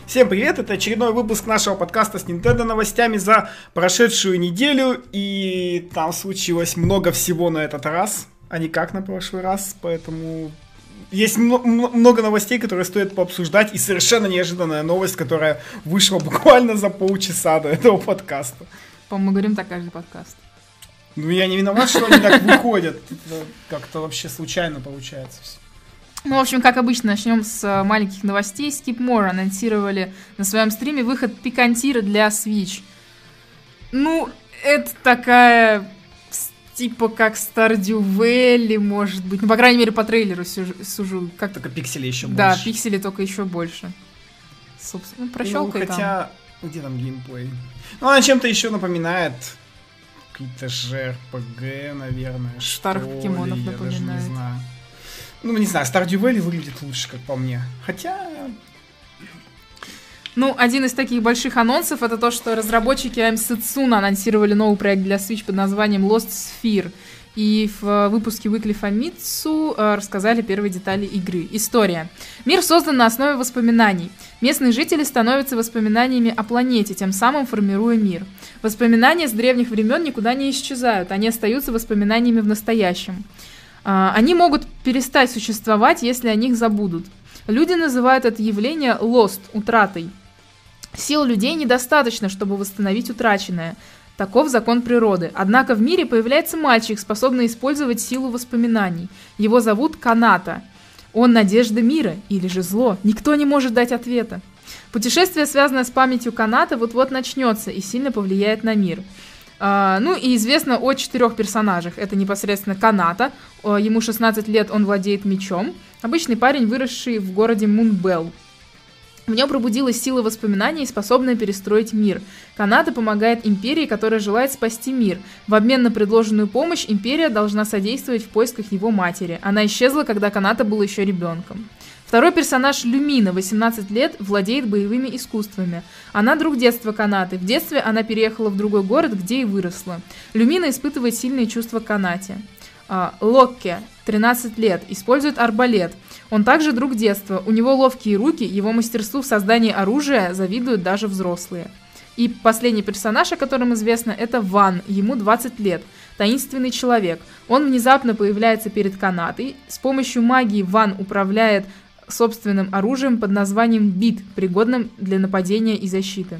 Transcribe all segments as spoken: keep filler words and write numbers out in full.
Всем привет, это очередной выпуск нашего подкаста с Nintendo новостями за прошедшую неделю, и там случилось много всего на этот раз, а не как на прошлый раз, поэтому есть много новостей, которые стоит пообсуждать, и совершенно неожиданная новость, которая вышла буквально за полчаса до этого подкаста. По-моему, мы говорим так каждый подкаст. Ну, я не виноват, что они так выходят, это как-то вообще случайно получается все. Ну, в общем, как обычно, начнем с маленьких новостей. Skipmore анонсировали на своем стриме выход пикантира для Switch. Ну, это такая, типа, как Stardew Valley, может быть. Ну, по крайней мере, по трейлеру сужу. Как... Только пиксели еще больше. Да, пиксели только еще больше. Собственно, прощелкай ну, хотя... там. Где там геймплей? Ну, она чем-то еще напоминает... Какие-то же эр пи джи, наверное. Старых покемонов я напоминает. Даже не знаю. Ну, не знаю, Stardew Valley выглядит лучше, как по мне. Хотя... Ну, один из таких больших анонсов — это то, что разработчики ай эм Setsuna анонсировали новый проект для Switch под названием Lost Sphere. И в выпуске Weekly Famitsu рассказали первые детали игры. История. Мир создан на основе воспоминаний. Местные жители становятся воспоминаниями о планете, тем самым формируя мир. Воспоминания с древних времен никуда не исчезают, они остаются воспоминаниями в настоящем. Они могут перестать существовать, если о них забудут. Люди называют это явление lost, утратой. Сил людей недостаточно, чтобы восстановить утраченное. Таков закон природы. Однако в мире появляется мальчик, способный использовать силу воспоминаний. Его зовут Каната. Он надежда мира или же зло. Никто не может дать ответа. Путешествие, связанное с памятью Каната, вот-вот начнется и сильно повлияет на мир. Uh, ну и известно о четырех персонажах. Это непосредственно Каната. Uh, ему шестнадцать лет, он владеет мечом. Обычный парень, выросший в городе Мунбелл. В нем пробудилась сила воспоминаний, способная перестроить мир. Каната помогает Империи, которая желает спасти мир. В обмен на предложенную помощь Империя должна содействовать в поисках его матери. Она исчезла, когда Каната был еще ребенком. Второй персонаж Люмина, восемнадцать лет, владеет боевыми искусствами. Она друг детства Канаты. В детстве она переехала в другой город, где и выросла. Люмина испытывает сильные чувства к Канате. А, Локке, тринадцать лет, использует арбалет. Он также друг детства. У него ловкие руки, его мастерству в создании оружия завидуют даже взрослые. И последний персонаж, о котором известно, это Ван. Ему двадцать лет. Таинственный человек. Он внезапно появляется перед Канатой. С помощью магии Ван управляет собственным оружием под названием Бит, пригодным для нападения и защиты.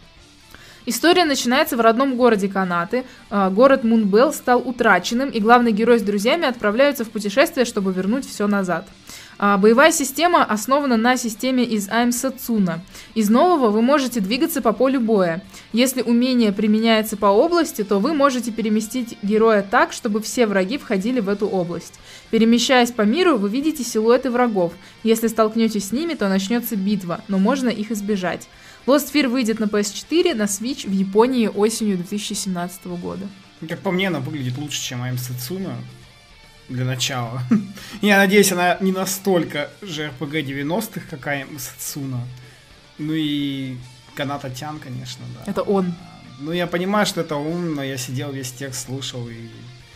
История начинается в родном городе Канаты. Город Мунбелл стал утраченным, и главный герой с друзьями отправляются в путешествие, чтобы вернуть все назад. Боевая система основана на системе из ай эм Setsuna. Из нового вы можете двигаться по полю боя. Если умение применяется по области, то вы можете переместить героя так, чтобы все враги входили в эту область. Перемещаясь по миру, вы видите силуэты врагов. Если столкнетесь с ними, то начнется битва, но можно их избежать. Lost Sphere выйдет на пи эс четыре, на Switch в Японии осенью две тысячи семнадцатого года. Как по мне, она выглядит лучше, чем ай эм Setsuna. Для начала. Я надеюсь, она не настолько же эр пи джи девяностых, как ай эм Setsuna. Ну и Каната Тян, конечно, да. Это он. Ну, я понимаю, что это он, но я сидел, весь текст слушал, и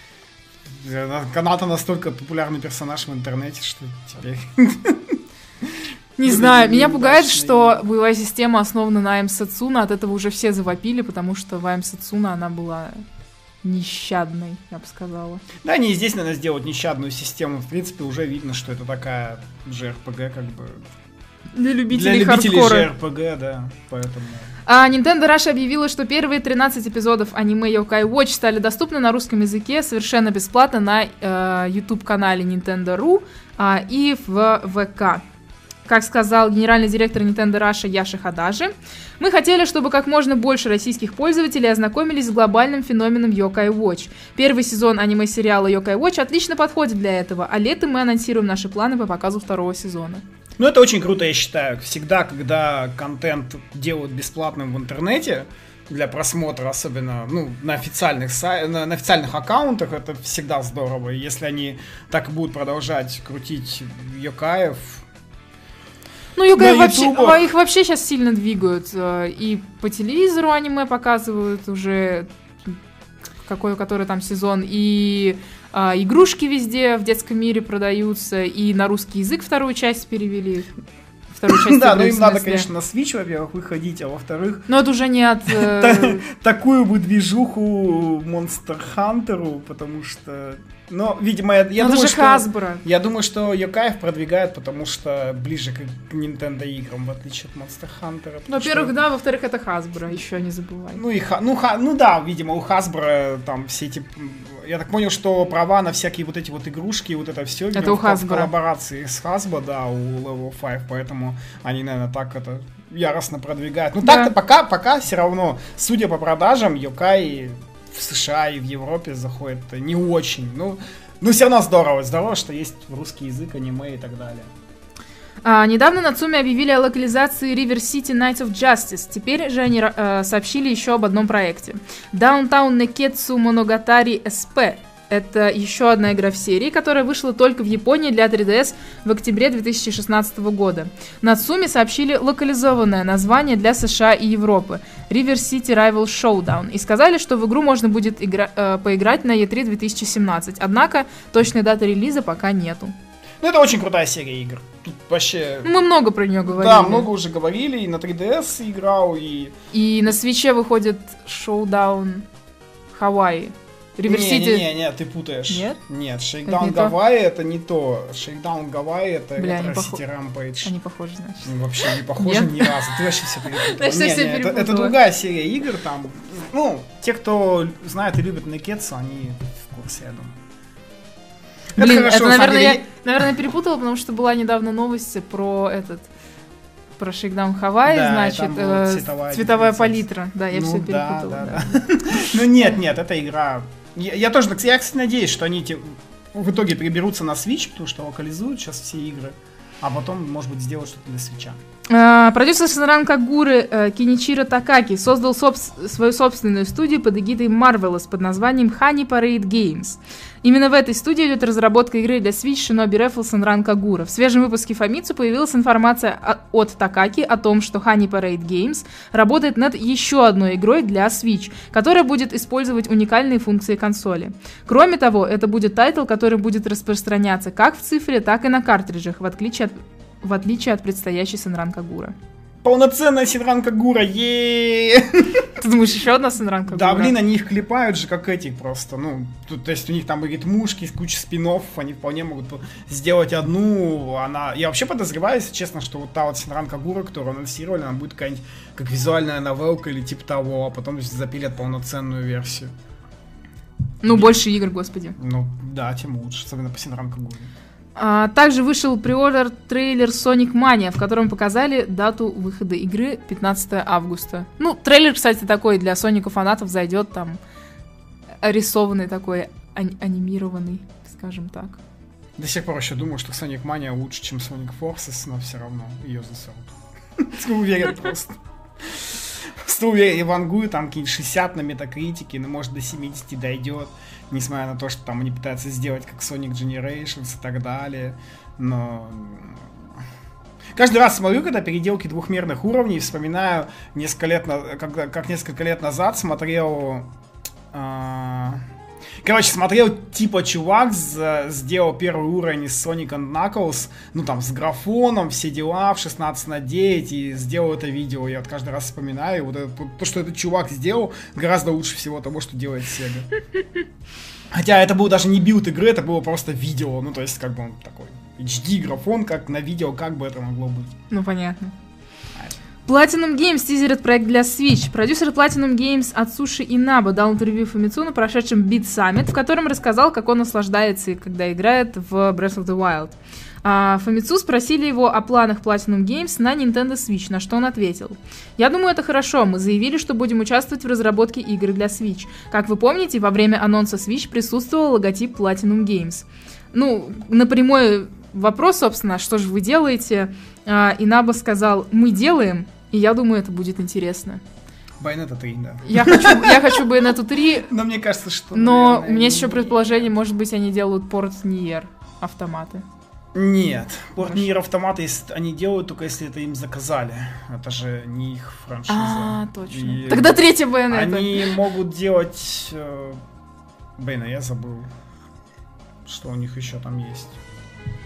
Каната настолько популярный персонаж в интернете, что теперь... Не знаю, меня пугает, что боевая система основана на ай эм Setsuna, от этого уже все завопили, потому что в ай эм Setsuna она была... нещадной, я бы сказала. Да, они и здесь, наверное, сделают нещадную систему. В принципе, уже видно, что это такая же эр пи джи, как бы... Для любителей, Для любителей хардкора. же эр пи джи, да, поэтому... А Nintendo Russia объявила, что первые тринадцать эпизодов аниме Yokai Watch стали доступны на русском языке совершенно бесплатно на э, YouTube-канале Nintendo точка ру э, и в ВК. Как сказал генеральный директор Nintendo Russia Яши Хадажи, мы хотели, чтобы как можно больше российских пользователей ознакомились с глобальным феноменом Yokai Watch. Первый сезон аниме-сериала Yokai Watch отлично подходит для этого, а летом мы анонсируем наши планы по показу второго сезона. Ну, это очень круто, я считаю. Всегда, когда контент делают бесплатным в интернете, для просмотра, особенно ну, на, официальных сай... на, на официальных аккаунтах, это всегда здорово. И если они так будут продолжать крутить Йокаев... Ну, Йокаи вообще, их вообще сейчас сильно двигают. И по телевизору аниме показывают уже какой, который там сезон, и а, игрушки везде в детском мире продаются, и на русский язык вторую часть перевели. вторую часть. Да, но им надо, конечно, на Switch, во-первых, выходить, а во-вторых... Но это уже не от... Такую бы движуху Monster Hunter, потому что... Но, видимо, я, я думаю, что... Hasbro. Я думаю, что Йокаев продвигает, потому что ближе к, к Nintendo играм, в отличие от Monster Hunter. Ну, во-первых, что... да, во-вторых, это Hasbro, еще не забывай. Ну, и, ну, ха... ну да, видимо, у Hasbro там все эти... Я так понял, что права на всякие вот эти вот игрушки, вот это все это у Hasbro. В коллаборации с Hasbro, да, у Level пять, поэтому они, наверное, так это яростно продвигают. Ну, да. Так-то пока, пока все равно, судя по продажам, Йокай в США и в Европе заходит не очень. Ну, ну все равно здорово. Здорово, что есть русский язык, аниме и так далее. А, недавно Нацуми объявили о локализации River City Night of Justice. Теперь же они э, сообщили еще об одном проекте. Downtown Neketsu Monogatari эс пи. Это еще одна игра в серии, которая вышла только в Японии для три ди эс в октябре две тысячи шестнадцатого года. Нацуми сообщили локализованное название для США и Европы — River City Rival Showdown, и сказали, что в игру можно будет игра- э, поиграть на и три две тысячи семнадцать, однако точной даты релиза пока нету. Ну, это очень крутая серия игр. Тут вообще... Мы много про нее говорили. Да, много уже говорили, и на три ди эс играл, и... И на Свитче выходит Showdown Hawaii. River не, City... Не, не, не, ты путаешь. Нет? Нет, Shakedown Гавайи это не то. Shakedown Гавайи это Retro City Rampage. Они похожи, значит. Ну, вообще не похожи ни разу. Ты вообще все перепутала. Не, не, это, это другая серия игр там. Ну, те, кто знает и любит Neketsu, они в курсе, я думаю. Блин, это, хорошо, это наверное, деле... я, наверное, перепутала, потому что была недавно новость про этот... Про Shakedown Hawaii, да, значит, э, цветовая, цветовая палитра. Да, я ну, все перепутала. Да, да, да. Да. Ну нет, нет, это игра... Я, я тоже, я, кстати, надеюсь, что они те, в итоге приберутся на Switch, потому что локализуют сейчас все игры, а потом, может быть, сделают что-то для Switch'а. Uh, продюсер Сенран Кагуры uh, Киничиро Такаки создал собс- свою собственную студию под эгидой Marvelous под названием Honey Parade Games. Именно в этой студии идет разработка игры для Switch Shinobi Raffle Сенран Кагура. В свежем выпуске Famitsu появилась информация о- от Такаки о том, что Honey Parade Games работает над еще одной игрой для Switch, которая будет использовать уникальные функции консоли. Кроме того, это будет тайтл, который будет распространяться как в цифре, так и на картриджах, в отличие от в отличие от предстоящей Сенран Кагура. Полноценная Сенран Кагура, е Ты думаешь, еще одна Сенран Кагура? Да, блин, они их клепают же, как эти просто, ну, тут, то есть у них там и ритмушки, куча спин-оффов, они вполне могут сделать одну, она... Я вообще подозреваю, если честно, что вот та вот Сенран Кагура, которую анонсировали, она будет какая-нибудь, как визуальная новелка или типа того, а потом запилят полноценную версию. Ну, и... больше игр, господи. Ну, да, тем лучше, особенно по Сенран Кагуре. А, также вышел преордер трейлер Sonic Mania, в котором показали дату выхода игры пятнадцатого августа. Ну, трейлер, кстати, такой для Соника фанатов зайдет, там рисованный такой, ани- анимированный, скажем так. До сих пор еще думаю, что Sonic Mania лучше, чем Sonic Forces, но все равно ее засорут. Уверен просто. Просто уверен, я вангую, там какие-нибудь шестьдесят на метакритике, ну, может, до семидесяти дойдет. Несмотря на то, что там они пытаются сделать как Sonic Generations и так далее. Но... Каждый раз смотрю, когда переделки двухмерных уровней, вспоминаю несколько лет, на... как, как несколько лет назад смотрел... А... Короче, смотрел, типа, чувак с... сделал первый уровень из Sonic and Knuckles, ну, там, с графоном, все дела, в шестнадцать на девять, и сделал это видео. Я вот каждый раз вспоминаю, вот это, то, что этот чувак сделал, гораздо лучше всего того, что делает Sega. Хотя это был даже не билд игры, это было просто видео, ну, то есть, как бы он такой эйч ди графон, как на видео, как бы это могло быть. Ну, понятно. Platinum Games тизерит проект для Switch. Продюсер Platinum Games Ацуши Инаба дал интервью Famitsu на прошедшем Beat Summit, в котором рассказал, как он наслаждается, когда играет в Breath of the Wild. А Famitsu спросили его о планах Platinum Games на Nintendo Switch, на что он ответил: «Я думаю, это хорошо. Мы заявили, что будем участвовать в разработке игр для Switch. Как вы помните, во время анонса Switch присутствовал логотип Platinum Games». Ну, на прямой вопрос, собственно, что же вы делаете, Инаба сказал: «Мы делаем, и я думаю, это будет интересно». Байонета три, да. Я хочу, я хочу Байонету три. Но мне кажется, что... Но наверное, у меня есть еще предположение, может быть, они делают порт Nier автоматы. Нет, порт Nier автоматы они делают только если это им заказали. Это же не их франшиза. А, точно. И тогда третья Байонета. Они могут делать... Э... Блин, я забыл, что у них еще там есть.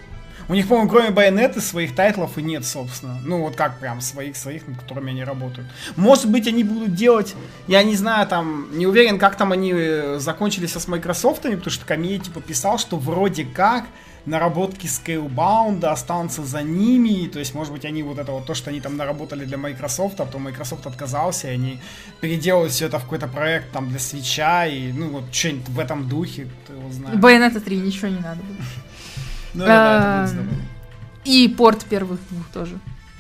У них, по-моему, кроме Байонеты своих тайтлов и нет, собственно. Ну, вот как прям своих-своих, над которыми они работают. Может быть, они будут делать, я не знаю, там, не уверен, как там они закончились с Microsoft'ами, потому что комьюнити подписал, что вроде как наработки Scalebound останутся за ними, то есть, может быть, они вот это вот, то, что они там наработали для Microsoft, а потом Microsoft отказался, и они переделают все это в какой-то проект там для свитча, и, ну, вот, что-нибудь в этом духе, кто его знает. Bayonetta три, ничего не надо будет. Ну, да, это будет здорово. И порт первых двух тоже.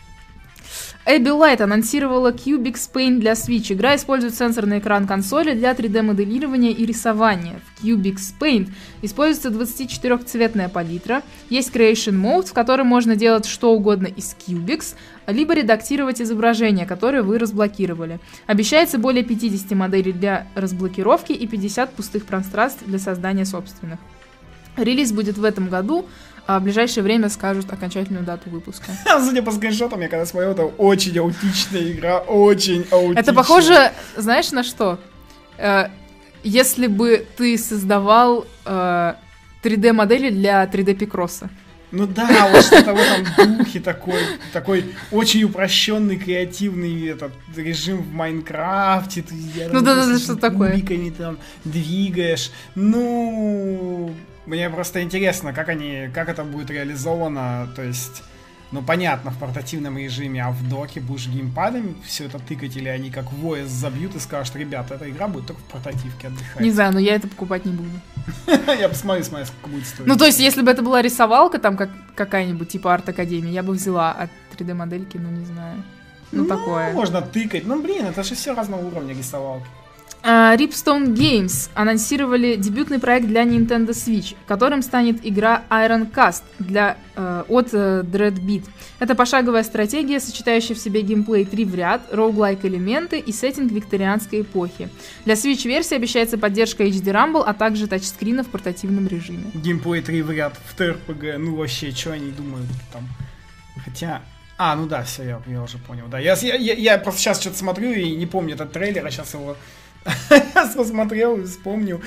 Abby Light анонсировала Cubix Paint для Switch. Игра использует сенсорный экран консоли для три дэ-моделирования и рисования. В Cubix Paint используется двадцатичетырёхцветная палитра. Есть Creation Mode, в котором можно делать что угодно из Cubix, либо редактировать изображения, которые вы разблокировали. Обещается более пятьдесят моделей для разблокировки и пятьдесят пустых пространств для создания собственных. Релиз будет в этом году, а в ближайшее время скажут окончательную дату выпуска. Судя по скриншотам, я когда смотрел, это очень аутичная игра, очень аутичная. Это похоже, знаешь, на что? Э, если бы ты создавал э, три дэ-модели для три дэ Picross. Ну да, вот что-то в этом духе такой, такой очень упрощенный креативный этот режим в Майнкрафте. Ты, ну да-да-да, что такое? Кубиками там двигаешь. Ну... Мне просто интересно, как они, как это будет реализовано, то есть, ну, понятно, в портативном режиме, а в доке будешь геймпадом все это тыкать, или они как в о эс забьют и скажут, ребята, эта игра будет только в портативке, отдыхать. Не знаю, но я это покупать не буду. Я посмотрю, смотрю, сколько будет стоить. Ну, то есть, если бы это была рисовалка, там, как какая-нибудь, типа Арт Академии, я бы взяла от три дэ-модельки, ну, не знаю, ну, такое. Можно тыкать, ну, блин, это же все разного уровня рисовалки. Uh, Ripstone Games анонсировали дебютный проект для Nintendo Switch, которым станет игра Iron Cast для, uh, от uh, Dreadbeat. Это пошаговая стратегия, сочетающая в себе геймплей три в ряд, роуглайк элементы и сеттинг викторианской эпохи. Для Switch-версии обещается поддержка эйч ди Rumble, а также тачскрина в портативном режиме. Геймплей три в ряд в тэ эр пэ гэ, ну вообще, что они думают там? Хотя... А, ну да, все, я, я уже понял, да. Я, я, я просто сейчас что-то смотрю и не помню этот трейлер, а сейчас его... Я посмотрел и вспомнил.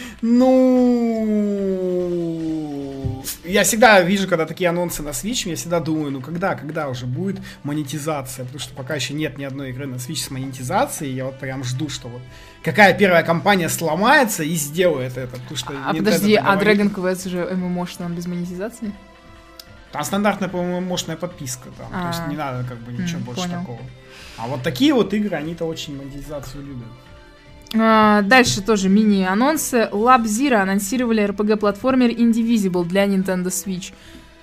Ну, я всегда вижу, когда такие анонсы на Switch, я всегда думаю, ну когда, когда уже будет монетизация, потому что пока еще нет ни одной игры на Switch с монетизацией, я вот прям жду, что вот какая первая компания сломается и сделает это, потому что... А подожди, а Dragon Quest же эм эм о, что он без монетизации? Там стандартная, по-моему, мощная подписка, там, А-а-а. то есть не надо как бы ничего М, больше понял. такого. А вот такие вот игры, они-то очень монетизацию любят. А, дальше тоже мини-анонсы. Lab Zero анонсировали эр пи джи-платформер Indivisible для Nintendo Switch.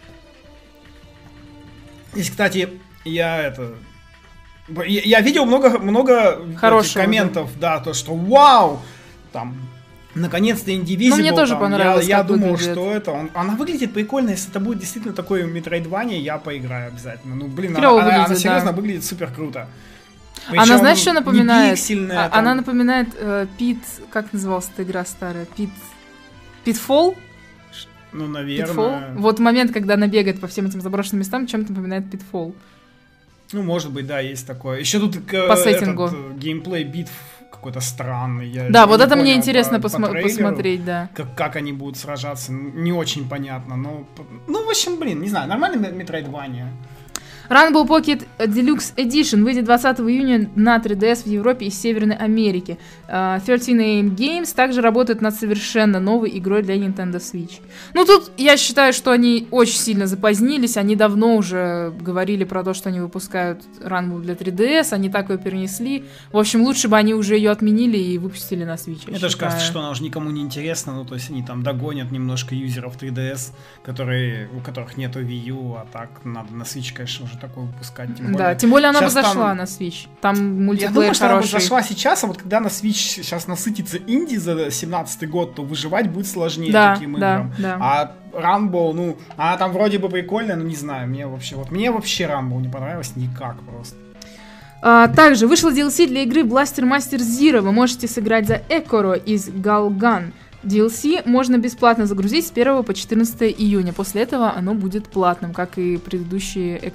Здесь, кстати, я это... Я, я видел много, много Хорошего, комментов, да. да, то, что вау, там, наконец-то Indivisible. Ну, мне тоже там, понравилось, Я, я как думал, выглядит. что это... Он, она выглядит прикольно, если это будет действительно такое Metroidvania, я поиграю обязательно. Ну, блин, она, Клёво она, она выглядит, серьезно да. выглядит супер круто. Она, Причём знаешь, что не напоминает? пиксельная, А- там. Она напоминает э, Пит... Как называлась эта игра старая? Пит... Питфол? Ну, наверное. Питфол? Вот момент, когда она бегает по всем этим заброшенным местам, чем-то напоминает Питфол. Ну, может быть, да, есть такое. Еще тут э, По сеттингу. этот, э, геймплей битв какой-то странный. Я Да, не вот это мне понял интересно по- по посмо- трейлеру, посмотреть, да. Как, как они будут сражаться, не очень понятно. Но, ну, в общем, блин, не знаю, нормальный Metroidvania. Rumble Pocket Deluxe Edition выйдет двадцатого июня на три ди эс в Европе и Северной Америке. Uh, тринадцать эй эм Games также работает над совершенно новой игрой для Nintendo Switch. Ну, тут я считаю, что они очень сильно запозднились. Они давно уже говорили про то, что они выпускают Rumble для три ди эс. Они так ее перенесли. В общем, лучше бы они уже ее отменили и выпустили на Switch. Мне тоже кажется, что она уже никому не интересна. Ну, то есть они там догонят немножко юзеров три ди эс, которые, у которых нету Wii U, а так надо на Switch, конечно, уже такое выпускать. Тем более, да, тем более она бы сейчас зашла там- на Switch. Там Я мультиплеер думаю, что она бы хороший. зашла сейчас, а вот когда на Switch сейчас насытится инди за семнадцатый год, то выживать будет сложнее Да, таким да, играм. да. А Rumble, ну, она там вроде бы прикольная, но не знаю, мне вообще, вот мне вообще Rumble не понравилось никак просто. А, также вышел ди эл си для игры Blaster Master Zero. Вы можете сыграть за Экоро из Галган. ди эл си можно бесплатно загрузить с первого по четырнадцатое июня. После этого оно будет платным, как и предыдущие экс-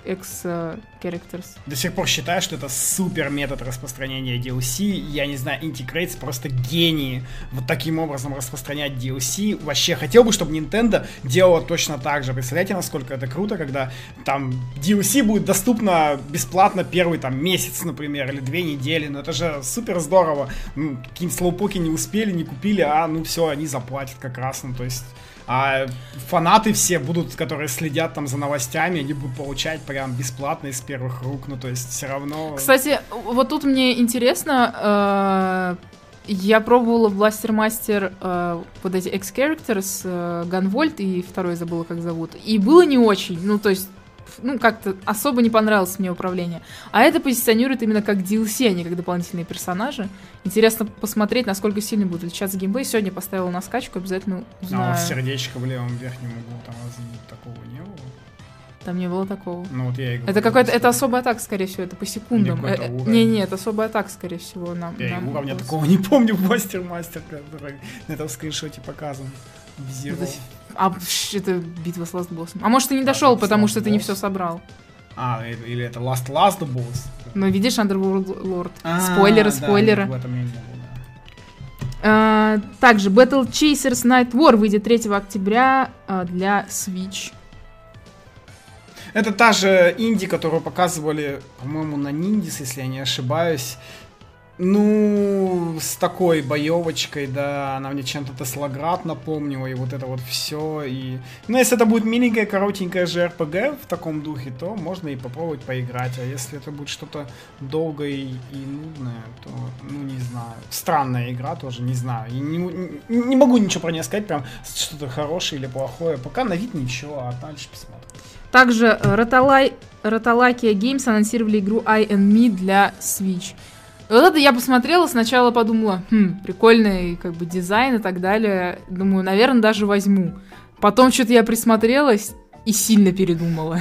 X-Characters. До сих пор считаю, что это супер метод распространения ди эл си. Я не знаю, Inti Creates просто гении вот таким образом распространять ди эл си. Вообще, хотел бы, чтобы Nintendo делала точно так же. Представляете, насколько это круто, когда там ди эл си будет доступно бесплатно первый там месяц, например, или две недели. Ну это же супер здорово. Ну, какие-нибудь слоупоки не успели, не купили, а ну все, они заплатят как раз. Ну то есть... А фанаты все будут, которые следят там за новостями, они будут получать прям бесплатно из первых рук, ну то есть все равно... Кстати, вот тут мне интересно, э, я пробовала в Blaster Master э, вот эти X-Characters, э, Gunvolt и второй забыла, как зовут, и было не очень, ну то есть, ну как-то особо не понравилось мне управление. А это позиционирует именно как ди эл си, а не как дополнительные персонажи. Интересно посмотреть, насколько сильно будет отличаться геймплей. Сегодня поставила на скачку, обязательно узнаю. А вот сердечко в левом верхнем углу, там разве такого не было? Там не было такого. Ну вот я и говорю. Это какой-то, это особая атака, скорее всего, это по секундам. Э, не, не, это особая атака, скорее всего. Нам, я нам и уровня такого не помню в Мастер-Мастер, который на этом скриншоте показан. Это, а, это битва с Last Boss. А может, ты не да, дошел, потому что boss. Ты не все собрал. А, или это Last Last Boss. Ну, видишь, Underworld Lord. А, спойлеры, да, спойлеры. В этом я не был, да. а, также Battle Chasers Night War выйдет третьего октября а, для Switch. Это та же инди, которую показывали, по-моему, на Ниндис, если я не ошибаюсь. Ну, с такой боевочкой, да, она мне чем-то Теслоград напомнила, и вот это вот все. И... Ну, если это будет миленькая, коротенькая же эр пи джи в таком духе, то можно и попробовать поиграть. А если это будет что-то долгое и нудное, то, ну, не знаю. Странная игра тоже, не знаю. И не, не, не могу ничего про нее сказать, прям что-то хорошее или плохое. Пока на вид ничего, а дальше посмотрим. Также Ratalakia Games анонсировали игру I and Me для Switch. Вот это я посмотрела, сначала подумала, хм, прикольный как бы дизайн и так далее. Думаю, наверное, даже возьму. Потом что-то я присмотрелась и сильно передумала.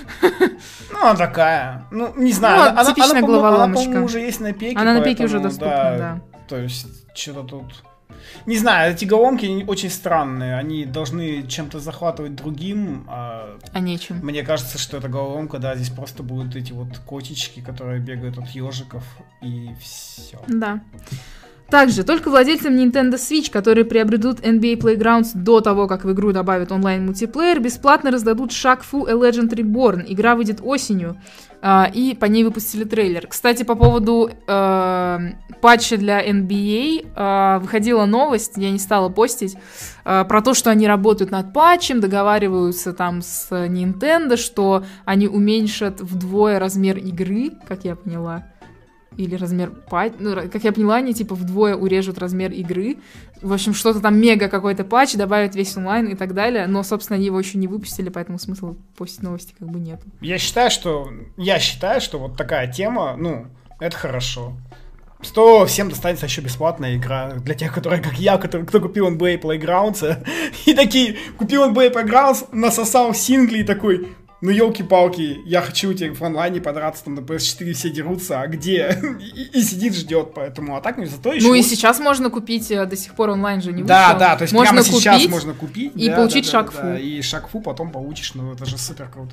Ну, она такая, ну, не знаю. Ну, она, типичная она, головоломочка. Она, по-моему, уже есть на пеке. Она на пеке уже доступна, да. да. То есть, что-то тут... Не знаю, эти головоломки очень странные. Они должны чем-то захватывать другим. А, а нечем. Мне кажется, что эта головоломка, да, здесь просто будут эти вот котички, которые бегают от ежиков, и все. Да. Также только владельцам Nintendo Switch, которые приобретут эн би эй Playgrounds до того, как в игру добавят онлайн-мультиплеер, бесплатно раздадут Shaq-Fu A Legend Reborn. Игра выйдет осенью, э, и по ней выпустили трейлер. Кстати, по поводу э, патча для эн би эй э, выходила новость, я не стала постить, э, про то, что они работают над патчем, договариваются там с Nintendo, что они уменьшат вдвое размер игры, как я поняла. Или размер патч, ну, как я поняла, они типа вдвое урежут размер игры. В общем, что-то там мега какой-то патч, добавят весь онлайн и так далее. Но, собственно, они его еще не выпустили, поэтому смысла постить новости как бы нет. Я считаю, что я считаю, что вот такая тема, ну, это хорошо. Что всем достанется еще бесплатная игра для тех, которые, как я, который, кто купил эн би эй Playgrounds, и такие, купил эн би эй Playgrounds, насосал сингли и такой... Ну, елки-палки, я хочу тебе в онлайне подраться, там на пи эс четыре все дерутся, а где? И, и сидит, ждет, поэтому, а так, ну, зато еще... Ну, и сейчас можно купить, до сих пор онлайн же не вышел. Да, да, то есть можно прямо сейчас купить можно купить. И да, получить да, Shaq-Fu. Да, да, и Shaq-Fu потом получишь, ну, это же супер круто.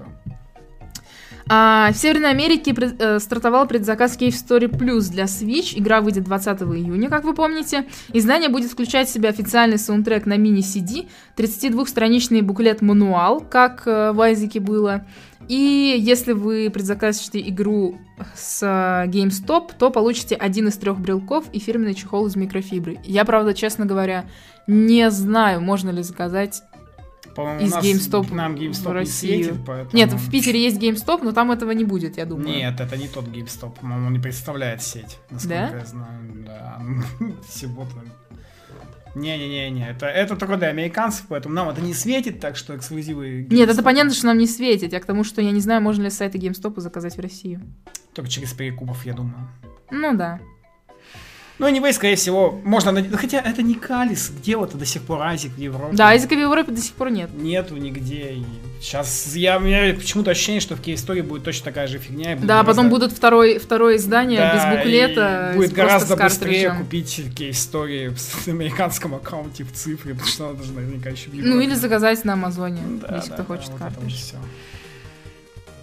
А, в Северной Америке пред, э, стартовал предзаказ Cave Story Plus для Switch. Игра выйдет двадцатого июня, как вы помните. Издание будет включать в себя официальный саундтрек на мини-си ди, тридцатидвухстраничный буклет-мануал, как э, в Айзеке было. И если вы предзаказываете игру с GameStop, то получите один из трех брелков и фирменный чехол из микрофибры. Я, правда, честно говоря, не знаю, можно ли заказать По-моему, из у нас, GameStop нам GameStop в Россию. Не светит, поэтому... Нет, в Питере есть GameStop, но там этого не будет, я думаю. Нет, это не тот GameStop. По-моему, он не представляет сеть, насколько да? я знаю. Да, всего-то... Не-не-не-не, это, это только для американцев, поэтому нам это не светит, так что эксклюзивы... Нет, это понятно, что нам не светит, я к тому, что я не знаю, можно ли с сайта GameStop заказать в Россию. Только через перекупов, я думаю. Ну да. Ну, anyway, скорее всего, можно... Хотя это не Калис, где вот до сих пор Айзек в Европе? Да, Айзека в Европе до сих пор нет. Нету нигде. И сейчас я, у меня почему-то ощущение, что в Cave Story будет точно такая же фигня. Да, гораздо... потом будут второй, второе издание да, без буклета. Будет гораздо быстрее купить Cave Story в американском аккаунте в цифре, потому что она даже наверняка еще в Европе. Ну, или заказать на Амазоне, да, если да, кто да, хочет вот картридж.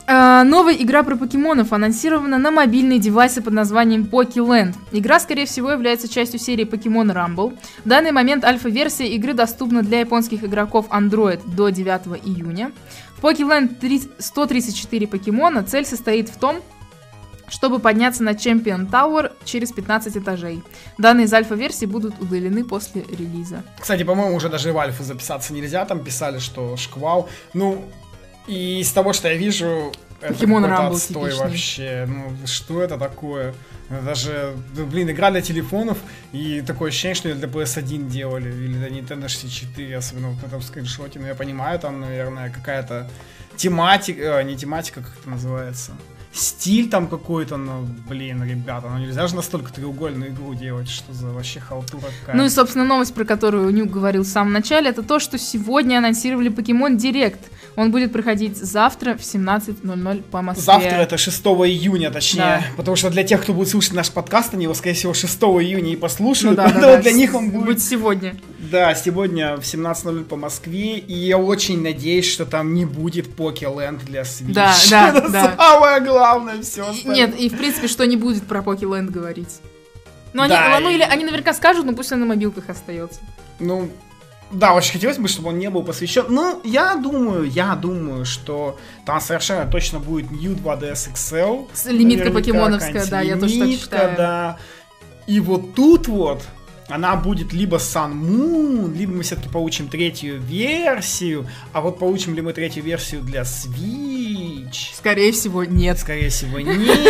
А, новая игра про покемонов анонсирована на мобильные девайсы под названием Pokéland. Игра, скорее всего, является частью серии Pokemon Rumble. В данный момент альфа-версия игры доступна для японских игроков Android до девятого июня. В Pokéland сто тридцать четыре покемона. Цель состоит в том, чтобы подняться на Champion Tower через пятнадцать этажей. Данные из альфа-версии будут удалены после релиза. Кстати, по-моему, уже даже в альфу записаться нельзя. Там писали, что шквал. Ну... И из того, что я вижу, Покемон это Rumble отстой типичный. вообще. Ну, что это такое? Даже, ну, блин, игра для телефонов, и такое ощущение, что ее для пи эс один делали, или для Nintendo шестьдесят четыре, особенно вот в этом скриншоте. Но я понимаю, там, наверное, какая-то тематика, э, не тематика, как это называется, стиль там какой-то, ну, блин, ребята, ну нельзя же настолько треугольную игру делать, что за вообще халтура какая. Ну и, собственно, новость, про которую Нюк говорил в самом начале, это то, что сегодня анонсировали Pokemon Direct. Он будет проходить завтра в семнадцать ноль ноль по Москве. Завтра это шестого июня, точнее, да. Потому что для тех, кто будет слушать наш подкаст, они его, скорее всего, шестого июня и послушают, ну, да, да, да, для да. них он будет... будет сегодня. Да, сегодня в семнадцать ноль ноль по Москве, и я очень надеюсь, что там не будет Pokéland для Switch. Да, да, это да. самое главное, все остальное. Нет, и в принципе, что не будет про Pokéland говорить. Ну, они, Да, ну и- или они наверняка скажут, но пусть он на мобилках остается. Ну, да, очень хотелось бы, чтобы он не был посвящен. Ну, я думаю, я думаю, что там совершенно точно будет New два ди эс икс эл. С- лимитка Наверняка покемоновская, да, я тоже так лимитка, считаю. Да. И вот тут вот она будет либо Sun Moon, либо мы все-таки получим третью версию. А вот получим ли мы третью версию для Switch? Скорее всего, нет. Скорее всего,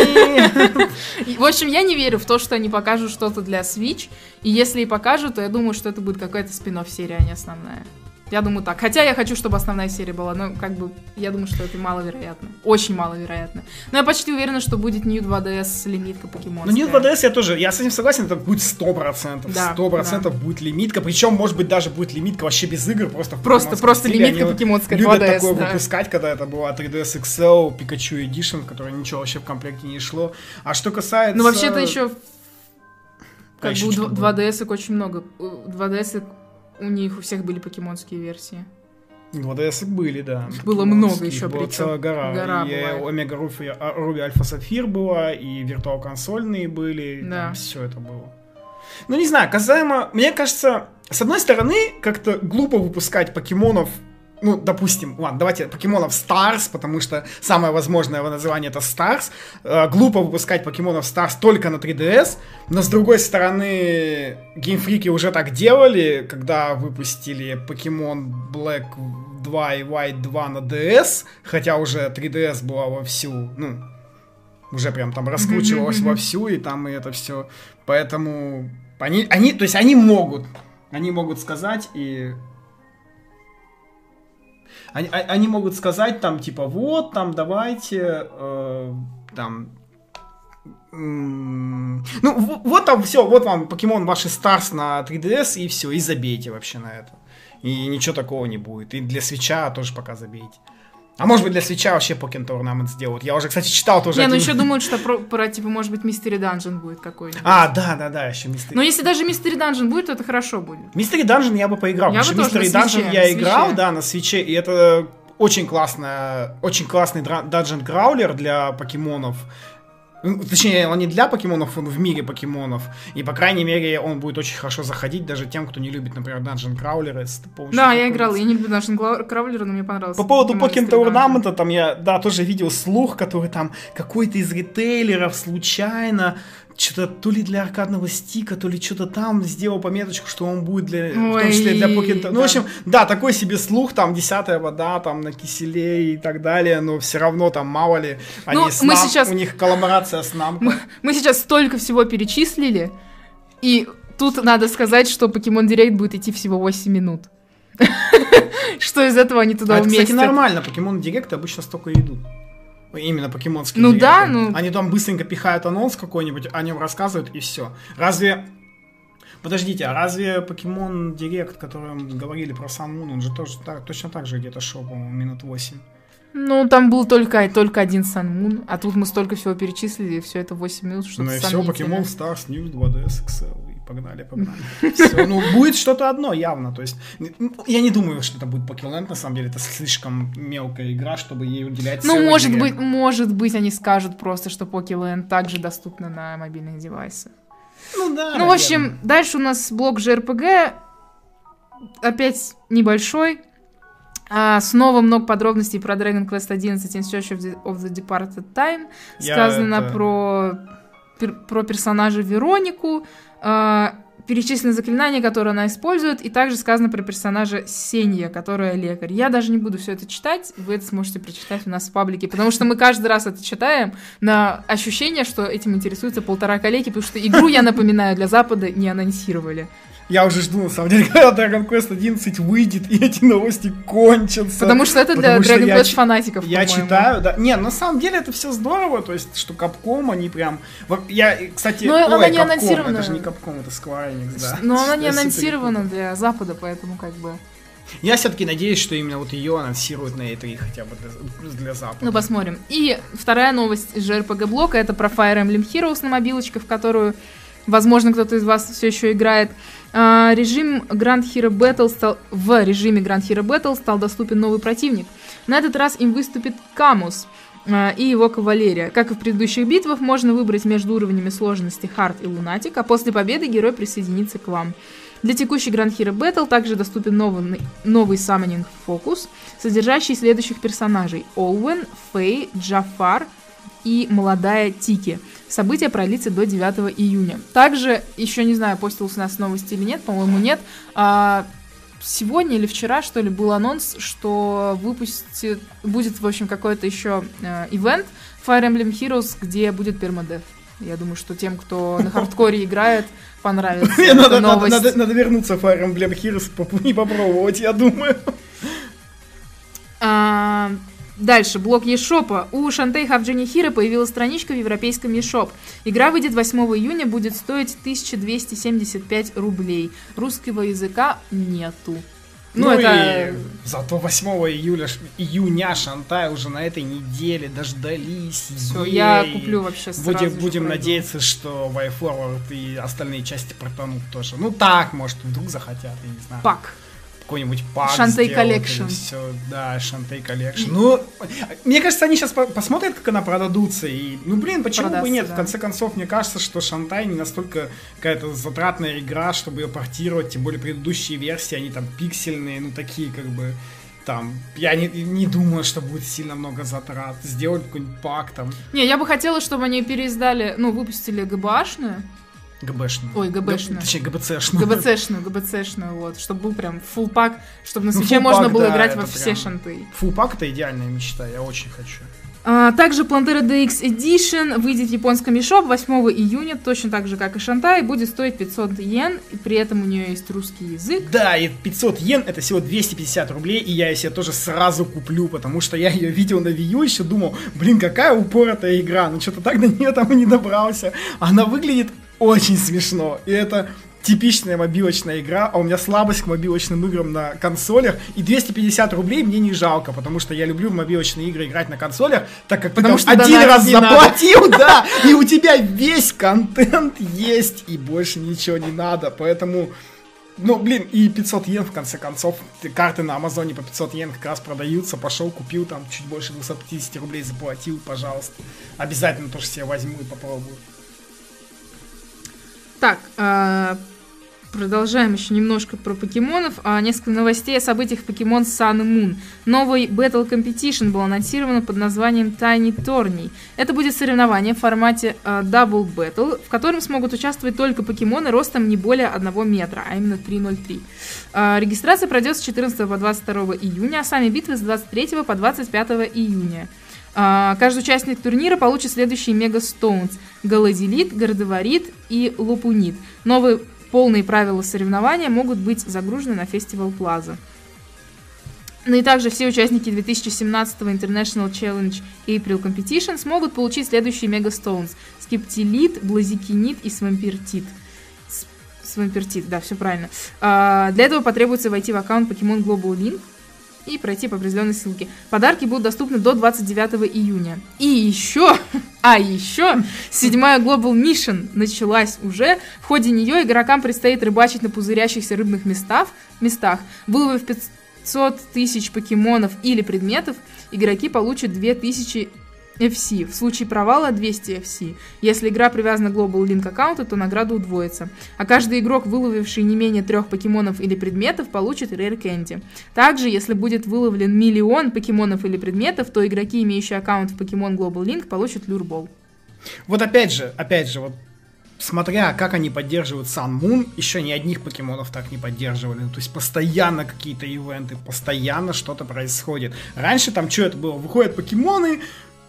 нет. И, в общем, я не верю в то, что они покажут что-то для Switch. И если и покажут, то я думаю, что это будет какая-то спин-офф серия, а не основная. Я думаю так. Хотя я хочу, чтобы основная серия была, но как бы я думаю, что это маловероятно. Очень маловероятно. Но я почти уверена, что будет New два ди эс лимитка покемонская. Ну, New два ди эс я тоже, я с этим согласен, это будет сто процентов. Да, сто процентов будет лимитка. Причем, может быть, даже будет лимитка вообще без игр, просто в Просто, покемонском просто стиле. лимитка Они покемонская любят два ди эс, такое да. выпускать, когда это была три ди эс икс эл, Pikachu Edition, в которой ничего вообще в комплекте не шло. А что касается... Ну, вообще-то еще как А, еще бы у что было? два ди эс очень много. У два ди эс у них у всех были покемонские версии. два ди эс были, да. Их было Покемонские, много еще, была причем. целая гора. Гора и была. Омега Руби, Руби Альфа Сапфир была, и Виртуал консольные были, Да. все это было. Ну, не знаю, касаемо... Мне кажется, с одной стороны, как-то глупо выпускать покемонов. Ну, допустим, ладно, давайте покемонов Stars, потому что самое возможное его название это Stars. Э, глупо выпускать покемонов Stars только на три ди эс, но с другой стороны, геймфрики уже так делали, когда выпустили Pokemon Black два и White два на ди эс, хотя уже три ди эс была вовсю, ну, уже прям там раскручивалась вовсю, и там и это все. Поэтому они, они, то есть они могут, они могут сказать и... Они, а- они могут сказать там, типа, вот, там, давайте, э, там, м- ну, в- вот там все, вот вам Pokemon ваши Stars на три ди эс, и все, и забейте вообще на это. И ничего такого не будет. И для Switch'а тоже пока забейте. А может быть для Switch'а вообще Pokémon Tournament сделают. Я уже, кстати, читал тоже. Не, ну один- еще думают, что про, про, типа, может быть, Mystery Dungeon будет какой-нибудь. А, да, да, да, еще Mystery. Но если даже Mystery Dungeon будет, то это хорошо будет. Mystery Dungeon я бы поиграл, Я потому бы что тоже Mystery на Dungeon свитче, я на играл, свитче. да, на свитче, и это очень классная, очень классный дра- Dungeon Crawler для покемонов. Ну, точнее, он не для покемонов, он в мире покемонов. И, по крайней мере, он будет очень хорошо заходить даже тем, кто не любит, например, Dungeon Crawler. если ты помнишь, Да, что я такое. играла, я не люблю Dungeon Crawler, но мне понравился. По поводу Pokemon Pokémon Mystery Dungeon. Tournament, там я, да, тоже видел слух, который там какой-то из ритейлеров случайно что-то то ли для аркадного стика, то ли что-то там сделал пометочку, что он будет для, в том Ой, числе для Pokémon. Ну, да. в общем, да, такой себе слух, там десятая вода, там на киселе и так далее, но все равно там мало ли, они Ну, с мы нам- сейчас- у них коллаборация с нам. Мы, мы сейчас столько всего перечислили, и тут надо сказать, что Pokemon Direct будет идти всего восемь минут. Что из этого они туда А это, кстати, уместят? нормально, Покемон Директы обычно столько и идут. Именно покемонские Ну директы. да, ну- Они там быстренько пихают анонс какой-нибудь, о нем рассказывают и все. Разве... Подождите, а разве Покемон Директ, которым говорили про Sun Moon, он же тоже так, точно так же где-то шел, по-моему, минут восемь. Ну, там был только, только один Sun Moon, а тут мы столько всего перечислили, и все это восемь минут, что Ну и все, Покемон Stars News два ди эс икс эл. И Погнали, погнали. Все, ну, будет что-то одно, явно. То есть, я не думаю, что это будет Pokéland, на самом деле. Это слишком мелкая игра, чтобы ей уделять Ну, целый может день. быть, может быть, они скажут просто, что Pokéland также доступна на мобильных девайсах. Ну, да, Ну, в общем, дальше у нас блок джей ар пи джи. Опять небольшой. А, снова много подробностей про Dragon Quest одиннадцать In Search of the, of the Departed Time. Я Сказано это... про, пер, про персонажа Веронику. А, перечислены заклинания, которые она использует. И также сказано про персонажа Сенья, которая лекарь. Я даже не буду все это читать. Вы это сможете прочитать у нас в паблике. Потому что мы каждый раз это читаем на ощущение, что этим интересуется полтора коллеги. Потому что игру, я напоминаю, для Запада не анонсировали. Я уже жду, на самом деле, когда Dragon Quest одиннадцать выйдет, и эти новости кончатся. Потому что это для Dragon Quest я, фанатиков, Я по-моему. читаю, да. Не, на самом деле это все здорово, то есть, что Capcom, они прям... Я, кстати, но ой, она не Capcom, анонсирована. это же не Capcom, это Square Enix, да. Но она не анонсирована для Запада, поэтому как бы... Я все-таки надеюсь, что именно вот ее анонсируют на и три хотя бы для, для Запада. Ну, посмотрим. И вторая новость из джей ар пи джи-блока, это про Fire Emblem Heroes на мобилочках, в которую, возможно, кто-то из вас все еще играет. Uh, режим Grand Hero Battle стал... В режиме Grand Hero Battle стал доступен новый противник. На этот раз им выступит Камус uh, и его кавалерия. Как и в предыдущих битвах, можно выбрать между уровнями сложности Hard и Lunatic, а после победы герой присоединится к вам. Для текущей Grand Hero Battle также доступен новый, новый Summoning Focus, содержащий следующих персонажей: Олвен, Фэй, Джафар и молодая Тики. Событие продлится до девятого июня. Также, еще не знаю, постилась у нас новости или нет, по-моему, нет. А, сегодня или вчера, что ли, был анонс, что выпустит, будет, в общем, какой-то еще э, ивент Fire Emblem Heroes, где будет пермадеф. Я думаю, что тем, кто на хардкоре играет, понравится эта новость. Надо вернуться в Fire Emblem Heroes и попробовать, я думаю. Дальше, блок eShop. У Shantae Half Genie Hero появилась страничка в европейском eShop. Игра выйдет восьмого июня, будет стоить тысяча двести семьдесят пять рублей. Русского языка нету. Ну, ну это... и зато восьмого июля, июня Шантай уже на этой неделе дождались. Все, я куплю вообще сразу. Будем, же будем пройду. надеяться, что Way Forward и остальные части протонут тоже. Ну так, может, вдруг захотят, я не знаю. Пак. Какой-нибудь пак Shantae Collection. Все, да, Shantae Collection. Ну, мне кажется, они сейчас по- посмотрят, как она продадутся. И, ну, блин, почему Продастся, бы нет? да. В конце концов, мне кажется, что Shantae не настолько какая-то затратная игра, чтобы ее портировать. Тем более предыдущие версии, они там пиксельные, ну, такие как бы... Там, я не, не думаю, что будет сильно много затрат. Сделать какой-нибудь пак там. Не, я бы хотела, чтобы они переиздали, ну, выпустили ГБАшную. ГБшную. Ой, ГБшную. Г, точнее, ГБЦшную. ГБЦшную, ГБЦшную, вот. Чтобы был прям фулл пак, чтобы на Ну, свече full можно pack, было да, играть во это все прям- шанты. Full пак это идеальная мечта, я очень хочу. А, также Plantera ди экс Edition выйдет в японском eShop восьмого июня, точно так же, как и Shantae, будет стоить пятьсот йен, и при этом у нее есть русский язык. Да, и пятьсот йен это всего двести пятьдесят рублей, и я ее себе тоже сразу куплю, потому что я ее видел на Wii U, еще думал, блин, какая упоротая игра, но что-то так до нее там и не добрался. Она выглядит очень смешно, и это типичная мобилочная игра, а у меня слабость к мобилочным играм на консолях, и двести пятьдесят рублей мне не жалко, потому что я люблю в мобилочные игры играть на консолях, так как Потому ты что там один донатить раз не заплатил, да, и у тебя весь контент есть, и больше ничего не надо, поэтому... Ну, блин, и пятьсот йен, в конце концов, карты на Амазоне по пятьсот йен как раз продаются, пошел, купил, там, чуть больше двести пятьдесят рублей заплатил, пожалуйста. Обязательно тоже себе возьму и попробую. Так, а, продолжаем еще немножко про покемонов. А, несколько новостей о событиях Pokemon Sun и Moon. Новый Battle Competition был анонсирован под названием Tiny Tourney. Это будет соревнование в формате а, Double Battle, в котором смогут участвовать только покемоны ростом не более одного метра, а именно три ноль три. А, регистрация пройдет с четырнадцатого по двадцать второго июня, а сами битвы с двадцать третьего по двадцать пятого июня. Uh, каждый участник турнира получит следующие Мега Стоунс: Галадилит, Гордоворит и Лупунит. Новые полные правила соревнования могут быть загружены на Festival Plaza. Ну и также все участники две тысячи семнадцатого International Challenge April Competition смогут получить следующие Мега Стоунс: Скептилит, Блазикинит и Свампертит. Свампертит, да, все правильно. Uh, для этого потребуется войти в аккаунт Pokemon Global Link и пройти по определенной ссылке. Подарки будут доступны до двадцать девятого июня. И еще, а еще, седьмая Global Mission началась уже. В ходе нее игрокам предстоит рыбачить на пузырящихся рыбных местах, местах. Выловив пятьсот тысяч покемонов или предметов, игроки получат две тысячи эф си. В случае провала двести эф си. Если игра привязана к Global Link аккаунту, то награда удвоится. А каждый игрок, выловивший не менее трех покемонов или предметов, получит Rare Candy. Также, если будет выловлен миллион покемонов или предметов, то игроки, имеющие аккаунт в Pokemon Global Link, получат Lure Ball. Вот опять же, опять же, вот смотря как они поддерживают Sun Moon, еще ни одних покемонов так не поддерживали. То есть постоянно какие-то ивенты, постоянно что-то происходит. Раньше там что это было? Выходят покемоны,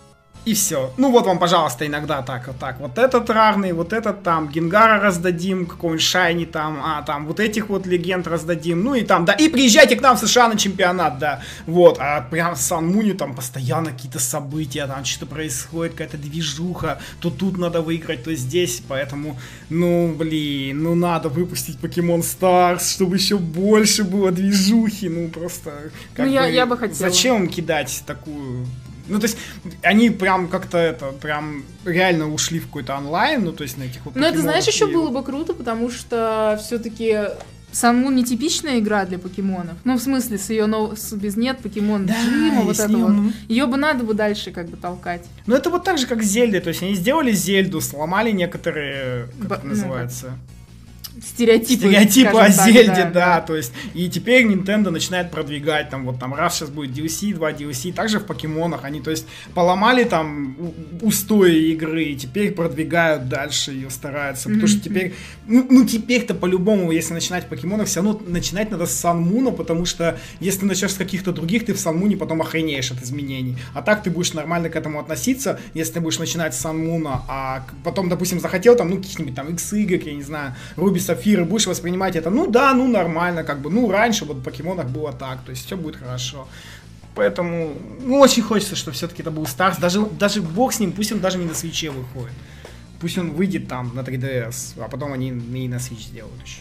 и все. Ну вот вам, пожалуйста, иногда так, вот так. Вот этот рарный, вот этот там, Генгара раздадим, какой-нибудь Шайни там, а там вот этих вот легенд раздадим. Ну и там, да, и приезжайте к нам в США на чемпионат, да. Вот, а прям в Сан-Муне там постоянно какие-то события, там что-то происходит, какая-то движуха. То тут надо выиграть, то здесь. Поэтому, ну, блин, ну надо выпустить Pokemon Stars, чтобы еще больше было движухи. Ну просто, как ну, бы, я, я бы хотела. Зачем им кидать такую... Ну, то есть, они прям как-то это, прям реально ушли в какой-то онлайн, ну, то есть, на этих вот... Ну, это, знаешь, еще и... было бы круто, потому что все-таки Sun Moon не типичная игра для покемонов. Ну, в смысле, с ее нов... с... без нет покемон да, Джима, вот это ее... вот. Ее бы надо бы дальше как бы толкать. Ну, это вот так же, как с Зельдой, то есть, они сделали Зельду, сломали некоторые, как Б... это называется... Ну, Стереотипы, Стереотипы о так, Зельде, да, да, да, то есть, и теперь Nintendo начинает продвигать, там, вот там, раз сейчас будет ди эл си, два ди эл си, также в покемонах, они, то есть, поломали там устои игры, и теперь продвигают дальше ее, стараются, mm-hmm. потому что теперь, ну, ну, теперь-то по-любому, если начинать в покемонах, все равно начинать надо с Сан-Муна, потому что, если начнешь с каких-то других, ты в Сан-Муне потом охренеешь от изменений, а так ты будешь нормально к этому относиться, если ты будешь начинать с Сан-Муна, а потом, допустим, захотел там, ну, каких-нибудь там икс игрек, я не знаю, Руби Сафиры, будешь воспринимать это, ну да, ну нормально, как бы, ну раньше вот в покемонах было так, то есть все будет хорошо. Поэтому, ну очень хочется, чтобы все-таки это был Старс, даже, даже бог с ним, пусть он даже не на свитче выходит, пусть он выйдет там на три ди эс, а потом они и на Switch сделают еще.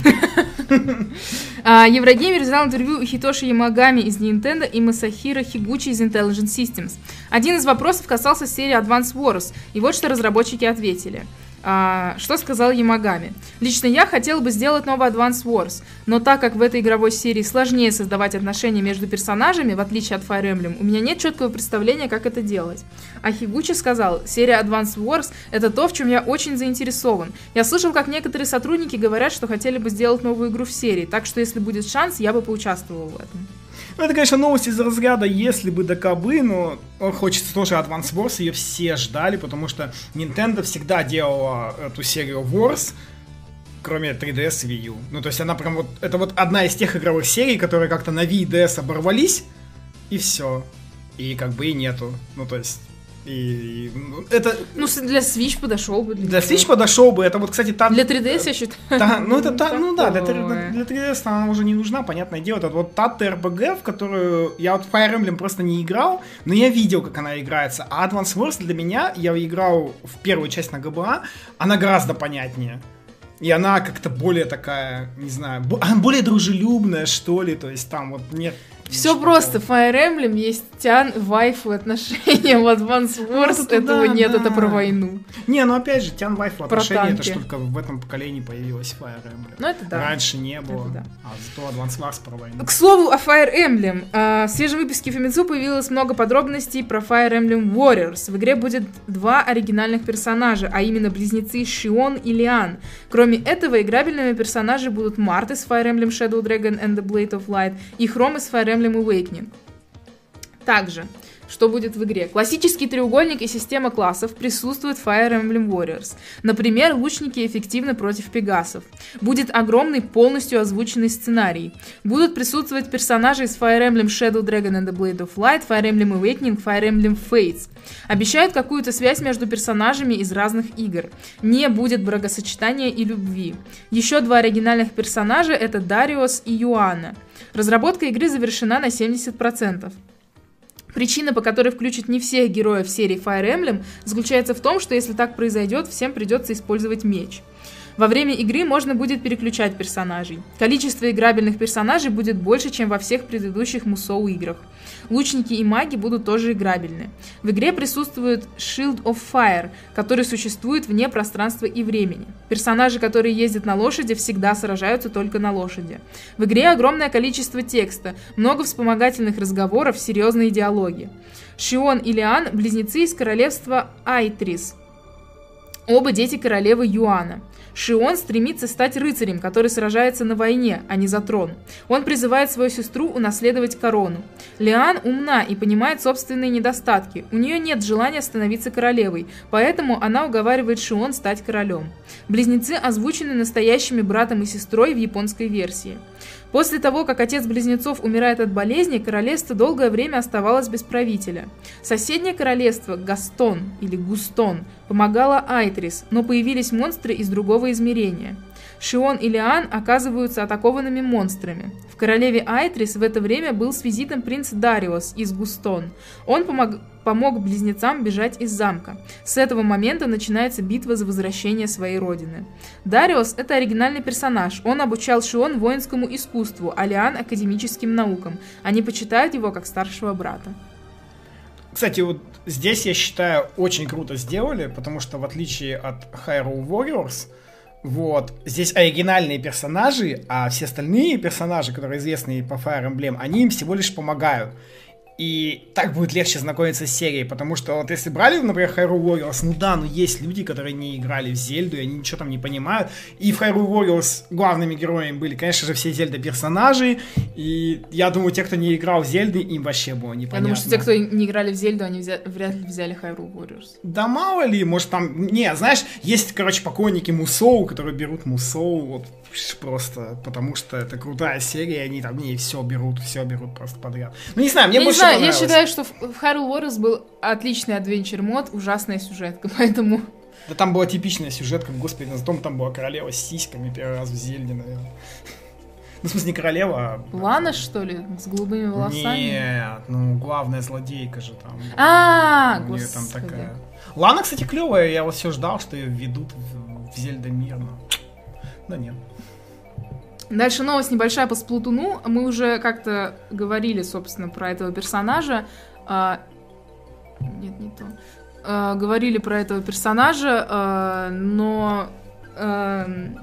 Еврогеймер взял интервью у Хитоши Ямагами из Nintendo и Масахиро Хигучи из Intelligent Systems. Один из вопросов касался серии Advance Wars, и вот что разработчики ответили. А, что сказал Ямагами? Лично я хотел бы сделать новый Advance Wars, но так как в этой игровой серии сложнее создавать отношения между персонажами, в отличие от Fire Emblem, у меня нет четкого представления, как это делать. А Хигучи сказал, серия Advance Wars — это то, в чем я очень заинтересован. Я слышал, как некоторые сотрудники говорят, что хотели бы сделать новую игру в серии, так что если будет шанс, я бы поучаствовал в этом. Ну, это, конечно, новость из разряда «если бы да кабы», но хочется тоже Advance Wars, ее все ждали, потому что Nintendo всегда делала эту серию Wars, кроме три ди эс и Wii U. Ну, то есть она прям вот, это вот одна из тех игровых серий, которые как-то на Wii и ди эс оборвались, и все. И как бы и нету. Ну, то есть... И, это... Ну, для Switch подошел бы. Для, для Switch подошел бы. Это вот, кстати, та... Для три ди эс, я считаю. Та, ну, это та, ну да, для, для три ди эс она уже не нужна, понятное дело. Это вот та эр пи джи, в которую я вот Fire Emblem просто не играл, но я видел, как она играется. А Advance Wars для меня, я играл в первую часть на джи би эй, она гораздо понятнее. И она как-то более такая, не знаю, более дружелюбная, что ли. То есть там вот нет... Все просто, в Fire Emblem есть тян, вайфу отношения, в Advance Wars ну, этого да, нет, да. Это про войну. Не, ну опять же, тян, вайфу отношения, это что только в этом поколении появилась Fire Emblem. Ну это да. Раньше не было, да. а зато Advance Wars про войну. К слову о Fire Emblem, в свежем выпуске Famitsu появилось много подробностей про Fire Emblem Warriors. В игре будет два оригинальных персонажа, а именно близнецы Шион и Лиан. Кроме этого, играбельными персонажами будут Март из Fire Emblem Shadow Dragon and the Blade of Light и Хром из Fire Emblem Awakening. Также, что будет в игре? Классический треугольник и система классов присутствует в Fire Emblem Warriors. Например, лучники эффективны против пегасов. Будет огромный, полностью озвученный сценарий. Будут присутствовать персонажи из Fire Emblem Shadow Dragon and the Blade of Light, Fire Emblem Awakening, Fire Emblem Fates. Обещают какую-то связь между персонажами из разных игр. Не будет бракосочетания и любви. Еще два оригинальных персонажа — это Дариос и Юана. Разработка игры завершена на семьдесят процентов. Причина, по которой включат не всех героев серии Fire Emblem, заключается в том, что если так произойдет, всем придется использовать меч. Во время игры можно будет переключать персонажей. Количество играбельных персонажей будет больше, чем во всех предыдущих Musou играх. Лучники и маги будут тоже играбельны. В игре присутствует Shield of Fire, который существует вне пространства и времени. Персонажи, которые ездят на лошади, всегда сражаются только на лошади. В игре огромное количество текста, много вспомогательных разговоров, серьезные диалоги. Шион и Лиан – близнецы из королевства Айтрис. Оба дети королевы Юана. Шион стремится стать рыцарем, который сражается на войне, а не за трон. Он призывает свою сестру унаследовать корону. Лиан умна и понимает собственные недостатки. У нее нет желания становиться королевой, поэтому она уговаривает Шион стать королем. Близнецы озвучены настоящими братом и сестрой в японской версии. После того, как отец близнецов умирает от болезни, королевство долгое время оставалось без правителя. Соседнее королевство, Гастон или Густон, помогало Айтрис, но появились монстры из другого измерения. Шион и Лиан оказываются атакованными монстрами. В королеве Айтрис в это время был с визитом принц Дариос из Густон. Он помог, помог близнецам бежать из замка. С этого момента начинается битва за возвращение своей родины. Дариос – это оригинальный персонаж. Он обучал Шион воинскому искусству, а Лиан – академическим наукам. Они почитают его как старшего брата. Кстати, вот здесь, я считаю, очень круто сделали, потому что в отличие от Hyrule Warriors, вот, здесь оригинальные персонажи, а все остальные персонажи, которые известны по Fire Emblem, они им всего лишь помогают. И так будет легче знакомиться с серией, потому что вот если брали, например, Hyrule Warriors, ну да, ну есть люди, которые не играли в Зельду, и они ничего там не понимают. И в Hyrule Warriors главными героями были, конечно же, все Зельда-персонажи, и я думаю, те, кто не играл в Зельды, им вообще было непонятно. Я думаю, что те, кто не играли в Зельду, они взя... вряд ли взяли Hyrule Warriors. Да мало ли, может там... Не, знаешь, есть, короче, поклонники Musou, которые берут Musou, вот, просто потому что это крутая серия, они там не все берут, все берут просто подряд. Ну не знаю, мне я больше не знаю, понравилось. Я считаю, что в Hyrule Warriors был отличный адвенчер мод, ужасная сюжетка, поэтому... Да там была типичная сюжетка, господи, зато там была королева с сиськами первый раз в Зельде, наверное. Ну, в смысле, не королева, а... Лана, что ли? С голубыми волосами? Нет, ну, главная злодейка же там. А, у нее там такая... Лана, кстати, клевая, я вот все ждал, что ее введут в, в Зельда мир, но... Да нет. Дальше новость небольшая по Сплатуну. Мы уже как-то говорили, собственно, про этого персонажа. А... Нет, не то. А, говорили про этого персонажа, а, но... А...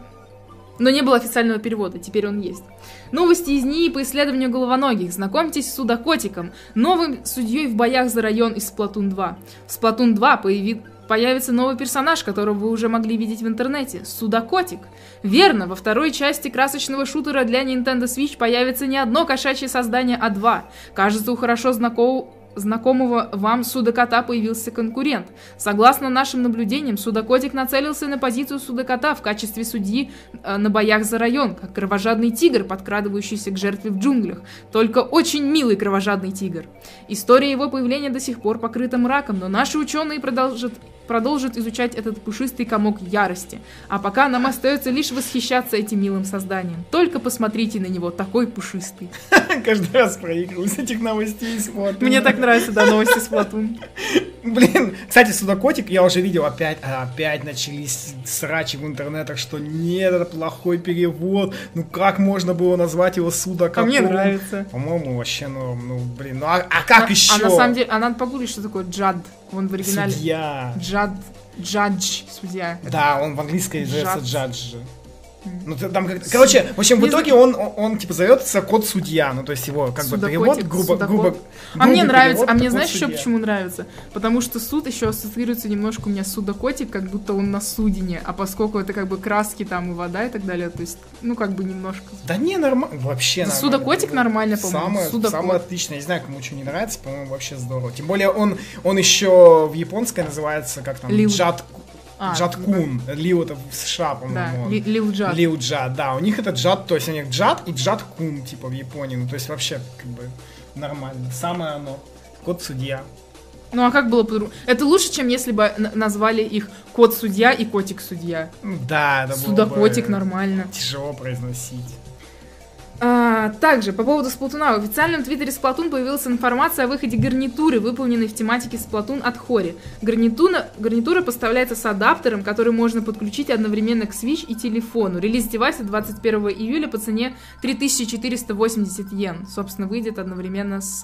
Но не было официального перевода, теперь он есть. Новости из НИИ по исследованию головоногих. Знакомьтесь с Судакотиком, новым судьей в боях за район из Splatoon два. В Splatoon два появи... появится новый персонаж, которого вы уже могли видеть в интернете – Судакотик. Верно, во второй части красочного шутера для Nintendo Switch появится не одно кошачье создание, а два. Кажется, у хорошо знакомого... знакомого вам Судакота появился конкурент. Согласно нашим наблюдениям, Судакотик нацелился на позицию Судакота в качестве судьи э, на боях за район, как кровожадный тигр, подкрадывающийся к жертве в джунглях. Только очень милый кровожадный тигр. История его появления до сих пор покрыта мраком, но наши ученые продолжат, продолжат изучать этот пушистый комок ярости. А пока нам остается лишь восхищаться этим милым созданием. Только посмотрите на него, такой пушистый. Каждый раз проигрываю с этих новостей. Мне так нравятся, да, новости с Splatoon. Блин, кстати, Судакотик, я уже видел, опять, опять начались срачи в интернетах, что нет, это плохой перевод, ну как можно было назвать его Судакотом? А мне нравится. По-моему, вообще, ну, ну блин, ну а, а как а, еще? А на самом деле, а надо погуглить, что такое джад, он в оригинале. Судья. Джад, джадж, судья. Да, он в английском называется джадж. Ну, там, как... Короче, в общем, в итоге он, он, он, типа, зовется кот судья. Ну, то есть его, как бы, перевод грубо... грубо а мне нравится, а мне знаешь еще почему нравится? Потому что суд еще ассоциируется немножко у меня с Судакотик, как будто он на судине, а поскольку это, как бы, краски там и вода и так далее, то есть, ну, как бы, немножко... Да не, нормально, вообще нормально. Судакотик нормально, по-моему. Самое, самое отличное, не знаю, кому что не нравится, по-моему, вообще здорово. Тем более он, он еще в японской называется, как там, Джад... А, Джад-кун, да. Лил это в США, по-моему. Да, Лил Джад. Лил Джад, да, у них это Джад, то есть у них Джад и Джад-кун, типа, в Японии, ну, то есть вообще, как бы, нормально. Самое оно, кот-судья. Ну, а как было по-другому? Это лучше, чем если бы назвали их кот-судья и котик-судья. Ну, да, это было Судакотик бы нормально. тяжело произносить. А, А, также, по поводу Splatoon, в официальном твиттере Splatoon появилась информация о выходе гарнитуры, выполненной в тематике Splatoon от Hori. Гарнитура, гарнитура поставляется с адаптером, который можно подключить одновременно к Switch и телефону. Релиз девайса двадцать первого июля по цене три тысячи четыреста восемьдесят йен. Собственно, выйдет одновременно с...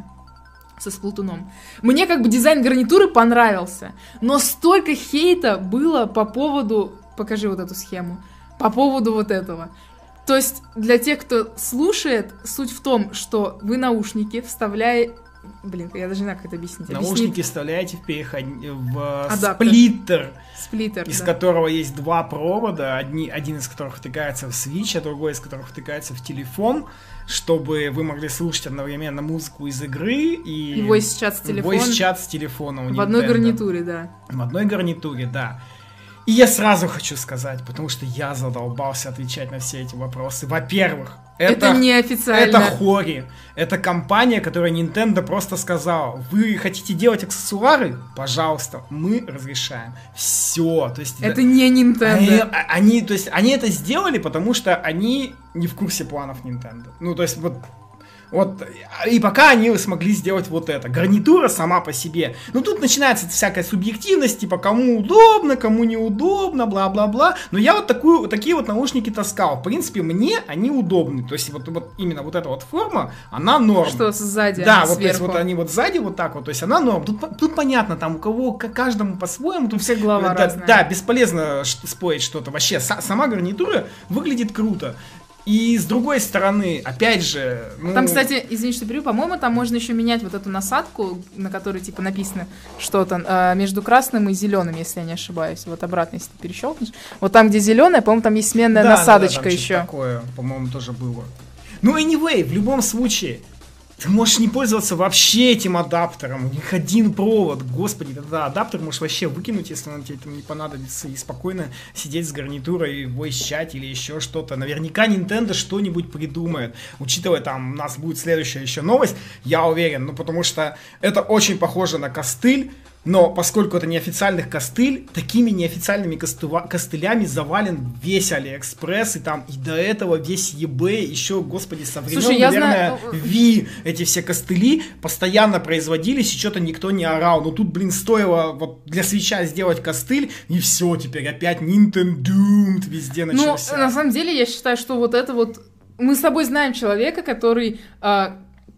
со Сплатуном. Мне как бы дизайн гарнитуры понравился, но столько хейта было по поводу... Покажи вот эту схему. По поводу вот этого. То есть для тех, кто слушает, суть в том, что вы наушники вставляете... Блин, я даже не знаю, как это объяснить. Наушники Объяснить... вставляете в, переход... в Адаптер. сплиттер, Сплиттер, из да. которого есть два провода, одни... один из которых втыкается в Switch, а другой из которых втыкается в телефон, чтобы вы могли слушать одновременно музыку из игры и... И voice-чат с телефона. Voice-чат с телефона у В одной Nintendo. гарнитуре, да. В одной гарнитуре, да. И я сразу хочу сказать, потому что я задолбался отвечать на все эти вопросы. Во-первых, это, Это неофициально. это Hori. Это компания, которая Nintendo просто сказала: вы хотите делать аксессуары? Пожалуйста, мы разрешаем. Все. То есть Это не Nintendo. Они, они, то есть, они это сделали, потому что они не в курсе планов Nintendo. Ну, то есть, вот. Вот, и пока они смогли сделать вот это. Гарнитура сама по себе. Ну, тут начинается всякая субъективность, типа, кому удобно, кому неудобно, бла-бла-бла. Но я вот такую, такие вот наушники таскал. В принципе, мне они удобны. То есть, вот, вот именно вот эта вот форма, она норм. Что сзади, да, а вот, сверху. то есть, вот они вот сзади вот так вот. То есть, она норм. Тут, тут понятно, там у кого, к каждому по-своему. Тут все голова да, разная. Да, бесполезно спорить что-то. Вообще, с- сама гарнитура выглядит круто. И с другой стороны, опять же... Ну... Там, кстати, извини, что перебью, по-моему, там можно еще менять вот эту насадку, на которой, типа, написано что-то э, между красным и зеленым, если я не ошибаюсь. Вот обратно, если ты перещелкнешь. Вот там, где зеленая, по-моему, там есть сменная да, насадочка да, да, еще. Такое, по-моему, тоже было. Ну, anyway, в любом случае, ты можешь не пользоваться вообще этим адаптером. У них один провод. Господи, тогда адаптер можешь вообще выкинуть, если он тебе там не понадобится, и спокойно сидеть с гарнитурой в voice-чате или еще что-то. Наверняка Nintendo что-нибудь придумает. Учитывая, там у нас будет следующая еще новость, я уверен. Ну, потому что это очень похоже на костыль. Но поскольку это неофициальный костыль, такими неофициальными костыва, костылями завален весь Алиэкспресс, и там и до этого весь eBay, еще, господи, со времен, Слушай, я наверное, знаю... Ви, эти все костыли постоянно производились, и что-то никто не орал. Но тут, блин, стоило вот для свитча сделать костыль, и все, теперь опять Nintendo везде начался. Ну, на самом деле, я считаю, что вот это вот... Мы с тобой знаем человека, который... А...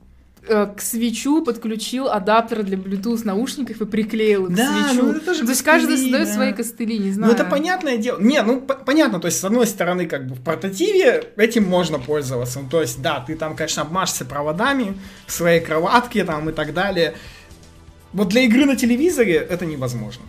к свитчу подключил адаптер для Bluetooth наушников и приклеил их да, к свитчу. Ну, это тоже то есть костыли, каждый создает да. свои костыли, не знаю. Ну это понятное дело. Не, ну по- понятно, то есть с одной стороны, как бы в портативе этим можно пользоваться. Ну, то есть, да, ты там, конечно, обмажешься проводами в своей кроватке там и так далее. Вот для игры на телевизоре это невозможно.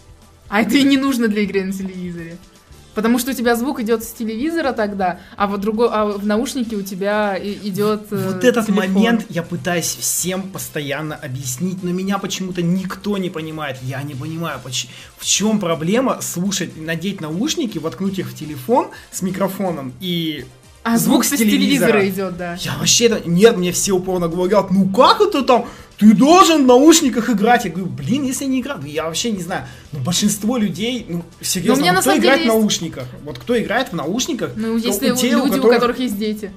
А это и не нужно для игры на телевизоре. Потому что у тебя звук идет с телевизора тогда, а вот другой, а в наушнике у тебя и- идет э, Вот этот телефон. момент я пытаюсь всем постоянно объяснить, но меня почему-то никто не понимает. Я не понимаю, поч- в чем проблема слушать, надеть наушники, воткнуть их в телефон с микрофоном и... А звук, звук с телевизора. телевизора идет, да. Я вообще... Нет, мне все упорно говорят, ну как это там? Ты должен в наушниках играть. Я говорю, блин, если не играть, я вообще не знаю. Ну, большинство людей, ну, серьезно, ну, ну, кто играет в есть... наушниках? Вот кто играет в наушниках? Ну, если те, люди, у которых... у которых есть дети.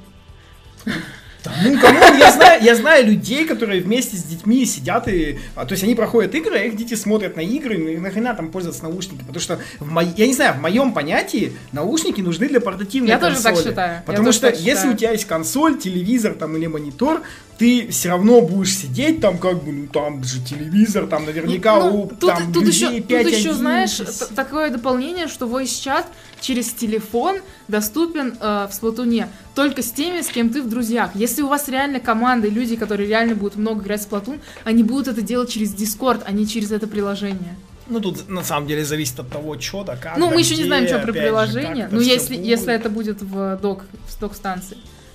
Да, ну, кому я знаю, я знаю людей, которые вместе с детьми сидят и... А, то есть они проходят игры, а их дети смотрят на игры, и нахрена там пользоваться наушниками? Потому что, в мо... я не знаю, в моем понятии наушники нужны для портативной я консоли. Я тоже так считаю. Потому что если считаю. у тебя есть консоль, телевизор там или монитор, ты все равно будешь сидеть там как бы, ну там же телевизор, там наверняка ну, у тут, там тут людей еще, пять тут еще, один, знаешь, шесть. такое дополнение, что voice-чат через телефон доступен э, в Splatoon только с теми, с кем ты в друзьях. Если у вас реально команда, люди, которые реально будут много играть в Splatoon, они будут это делать через Discord, а не через это приложение. Ну, тут на самом деле зависит от того, что да, как. Ну, да, мы еще где, не знаем, что про приложение. Же, ну, если, если это будет в док, в док-станции.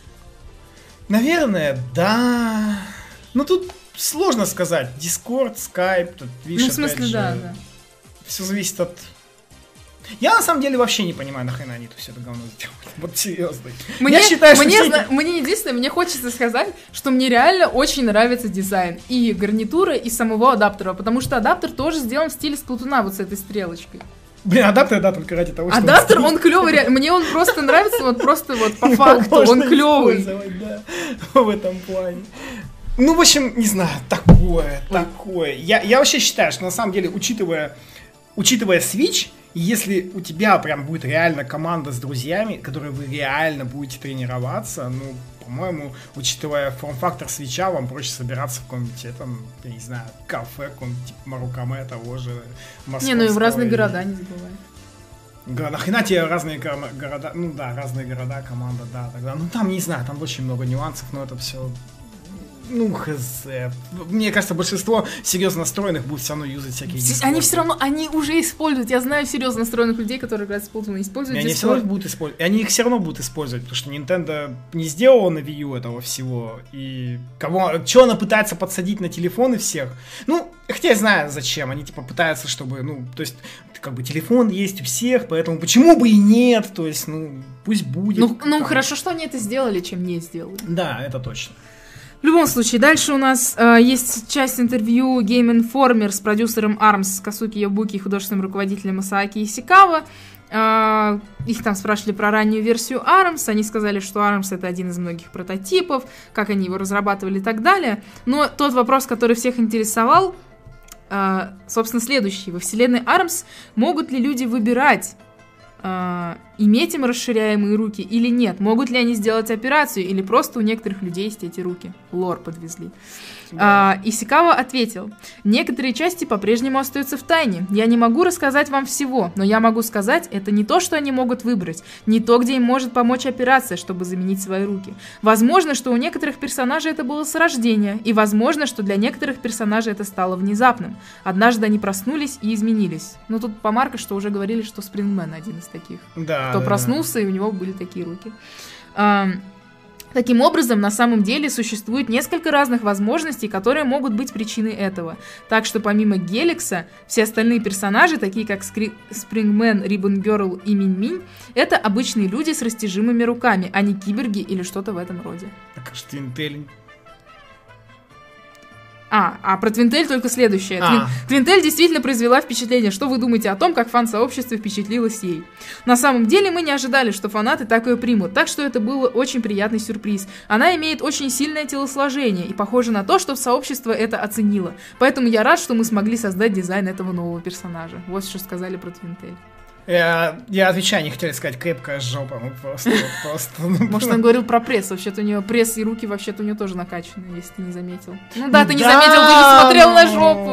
Наверное, да. Ну, тут сложно сказать. Discord, Skype, тут, видишь, ну, в смысле, же, да, да. Все зависит от... Я на самом деле вообще не понимаю, нахрена они тут все это говно сделали. Вот серьезно. Мне, Я считаю, мне, что... зна... мне единственное, мне хочется сказать, что мне реально очень нравится дизайн и гарнитура, и самого адаптера, потому что адаптер тоже сделан в стиле Splatoon, вот с этой стрелочкой. Блин, адаптер, да, только ради того, что... Адаптер, он клевый, мне он просто нравится, вот просто вот по факту, он клевый. Да, в этом плане. Ну, в общем, не знаю, такое, такое. Я, я вообще считаю, что на самом деле, учитывая, учитывая Switch, если у тебя прям будет реально команда с друзьями, которые вы реально будете тренироваться, ну, по-моему, учитывая форм-фактор свитча, вам проще собираться в каком-нибудь, там, я не знаю, кафе, каком-нибудь, типа Марукаме, того же московского. Не, ну и в разные города, не забывай. Города, хрена тебе разные города, ну да, разные города, команда, да, тогда, ну там, не знаю, там очень много нюансов, но это все... Ну, хз. Мне кажется, большинство серьезно настроенных будут все равно юзать всякие Discord. Они все равно, они уже используют. Я знаю серьезно настроенных людей, которые играют в Splatoon, используют и они все равно будут использовать. И они их все равно будут использовать, потому что Nintendo не сделала на Wii U этого всего. И кого, что она пытается подсадить на телефоны всех? Ну, хотя я знаю зачем. Они типа пытаются, чтобы, ну, то есть, как бы телефон есть у всех, поэтому почему бы и нет? То есть, ну, пусть будет. Ну, ну хорошо, что они это сделали, чем не сделали. Да, это точно. В любом случае, дальше у нас э, есть часть интервью Game Informer с продюсером армс Касуки Йобуки и художественным руководителем Масааки Исикава. Э, их там спрашивали про раннюю версию армс. Они сказали, что армс это один из многих прототипов, как они его разрабатывали и так далее. Но тот вопрос, который всех интересовал, э, собственно, следующий. Во вселенной армс могут ли люди выбирать, Uh, иметь им расширяемые руки или нет? Могут ли они сделать операцию, или просто у некоторых людей есть эти руки? Лор подвезли. Да. Uh, Исикава ответил: некоторые части по-прежнему остаются в тайне. Я не могу рассказать вам всего, но я могу сказать, это не то, что они могут выбрать, не то, где им может помочь операция, чтобы заменить свои руки. Возможно, что у некоторых персонажей это было с рождения, и возможно, что для некоторых персонажей это стало внезапным. Однажды они проснулись и изменились. Ну, тут помарка, что уже говорили, что Спрингмен один из таких, да, кто да, проснулся, да. И у него были такие руки. А, таким образом, на самом деле существует несколько разных возможностей, которые могут быть причиной этого. Так что помимо Геликса, все остальные персонажи, такие как Скри... Спрингмен, Ribbon Girl и Минь-Минь, это обычные люди с растяжимыми руками, а не киберги или что-то в этом роде. Так что Твинтель... А, а про Твинтель только следующее. А. Твин, Твинтель действительно произвела впечатление. Что вы думаете о том, как фан-сообщество впечатлилось ей? На самом деле мы не ожидали, что фанаты так ее примут, так что это был очень приятный сюрприз. Она имеет очень сильное телосложение и похоже на то, что сообщество это оценило. Поэтому я рад, что мы смогли создать дизайн этого нового персонажа. Вот что сказали про Твинтель. Я, я отвечаю, не хотели сказать крепкая жопа, ну просто, просто. Может, он говорил про пресс, вообще-то у нее пресс и руки вообще-то у нее тоже накачанные, если ты не заметил. Ну да, ты не заметил, ты не смотрел на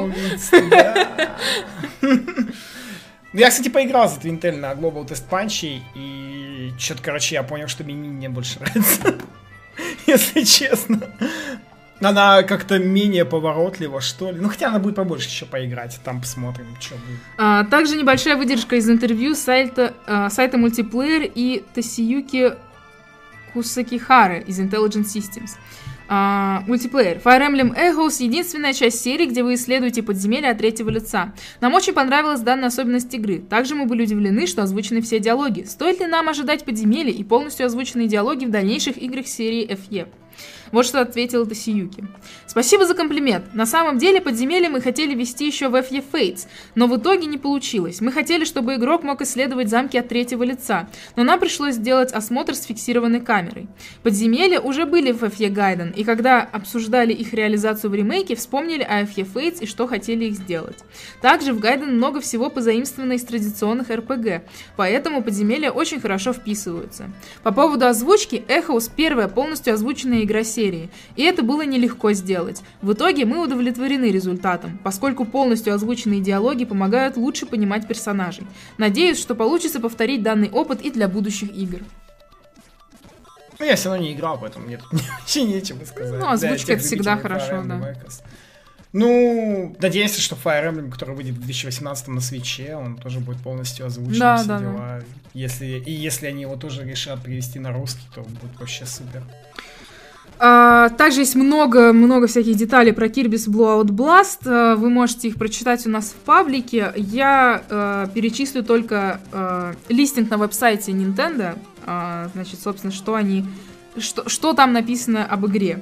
жопу. Я, кстати, поиграл за Твинтель на Global Test Punch, и что-то, короче, я понял, что Мини мне больше нравится, если честно. Она как-то менее поворотлива, что ли. Ну, хотя она будет побольше еще поиграть. Там посмотрим, что будет. А, также небольшая выдержка из интервью сайта, а, сайта Multiplayer и Тосиюки Кусакихары из Intelligent Systems. Uh, мультиплеер. Fire Emblem Echoes — единственная часть серии, где вы исследуете подземелья от третьего лица. Нам очень понравилась данная особенность игры. Также мы были удивлены, что озвучены все диалоги. Стоит ли нам ожидать подземелья и полностью озвученные диалоги в дальнейших играх серии эф и? Вот что ответила Тосиюки. Спасибо за комплимент. На самом деле подземелье мы хотели вести еще в эф и Fates, но в итоге не получилось. Мы хотели, чтобы игрок мог исследовать замки от третьего лица, но нам пришлось сделать осмотр с фиксированной камерой. Подземелья уже были в эф и Gaiden, и когда обсуждали их реализацию в ремейке, вспомнили о эф и Fates и что хотели их сделать. Также в Gaiden много всего позаимствовано из традиционных эр пи джи, поэтому подземелья очень хорошо вписываются. По поводу озвучки, Echoes — первая полностью озвученная игра серии. И это было нелегко сделать. В итоге мы удовлетворены результатом, поскольку полностью озвученные диалоги помогают лучше понимать персонажей. Надеюсь, что получится повторить данный опыт и для будущих игр. Ну, я все равно не играл, поэтому мне тут вообще нечего сказать. Ну, озвучка это всегда хорошо, да. Ну, надеемся, что Fire Emblem, который выйдет в две тысячи восемнадцатом на Switch, он тоже будет полностью озвучен, да, все да, дела. Да. Если, и если они его тоже решат перевести на русский, то будет вообще супер. Uh, также есть много-много всяких деталей про Kirby's Blowout Blast. Uh, вы можете их прочитать у нас в паблике. Я uh, перечислю только uh, листинг на веб-сайте Nintendo. Uh, значит, собственно, что они, что, что там написано об игре.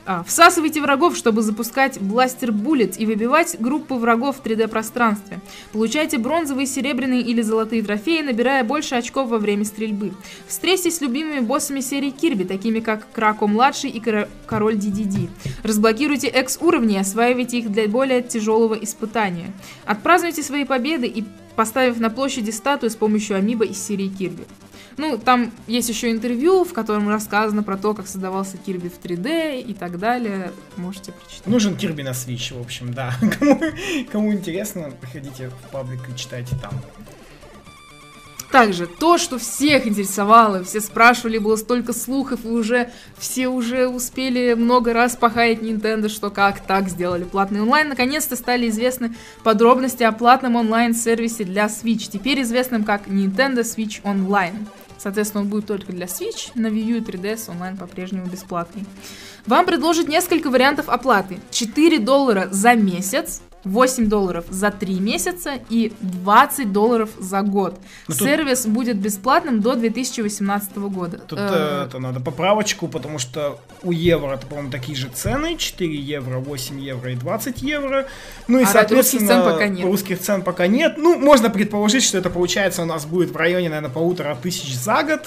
А, всасывайте врагов, чтобы запускать бластер буллет и выбивать группы врагов в три дэ-пространстве. Получайте бронзовые, серебряные или золотые трофеи, набирая больше очков во время стрельбы. Встретитесь с любимыми боссами серии Кирби, такими как Крако-младший и Король ди ди ди. Разблокируйте экс-уровни и осваивайте их для более тяжелого испытания. Отпразднуйте свои победы и поставив на площади статую с помощью амибо из серии Кирби. Ну, там есть еще интервью, в котором рассказано про то, как создавался Кирби в три дэ и так далее. Можете прочитать. Нужен Кирби на Switch, в общем, да. Кому, кому интересно, приходите в паблик и читайте там. Также то, что всех интересовало, все спрашивали, было столько слухов, и уже все уже успели много раз похаять Nintendo, что как так сделали платный онлайн. Наконец-то стали известны подробности о платном онлайн-сервисе для Switch, теперь известным как Nintendo Switch Online. Соответственно, он будет только для Switch, на Wii U и три ди эс онлайн по-прежнему бесплатный. Вам предложат несколько вариантов оплаты. четыре доллара за месяц, восемь долларов за три месяца и двадцать долларов за год. Но сервис тут... будет бесплатным до две тысячи восемнадцатого года. Тут э... это надо поправочку, потому что у евро, это, по-моему, такие же цены. четыре евро, восемь евро и двадцать евро. Ну и, а соответственно, русских цен пока нет. Русских цен пока нет. Ну, можно предположить, что это, получается, у нас будет в районе, наверное, полутора тысяч за год.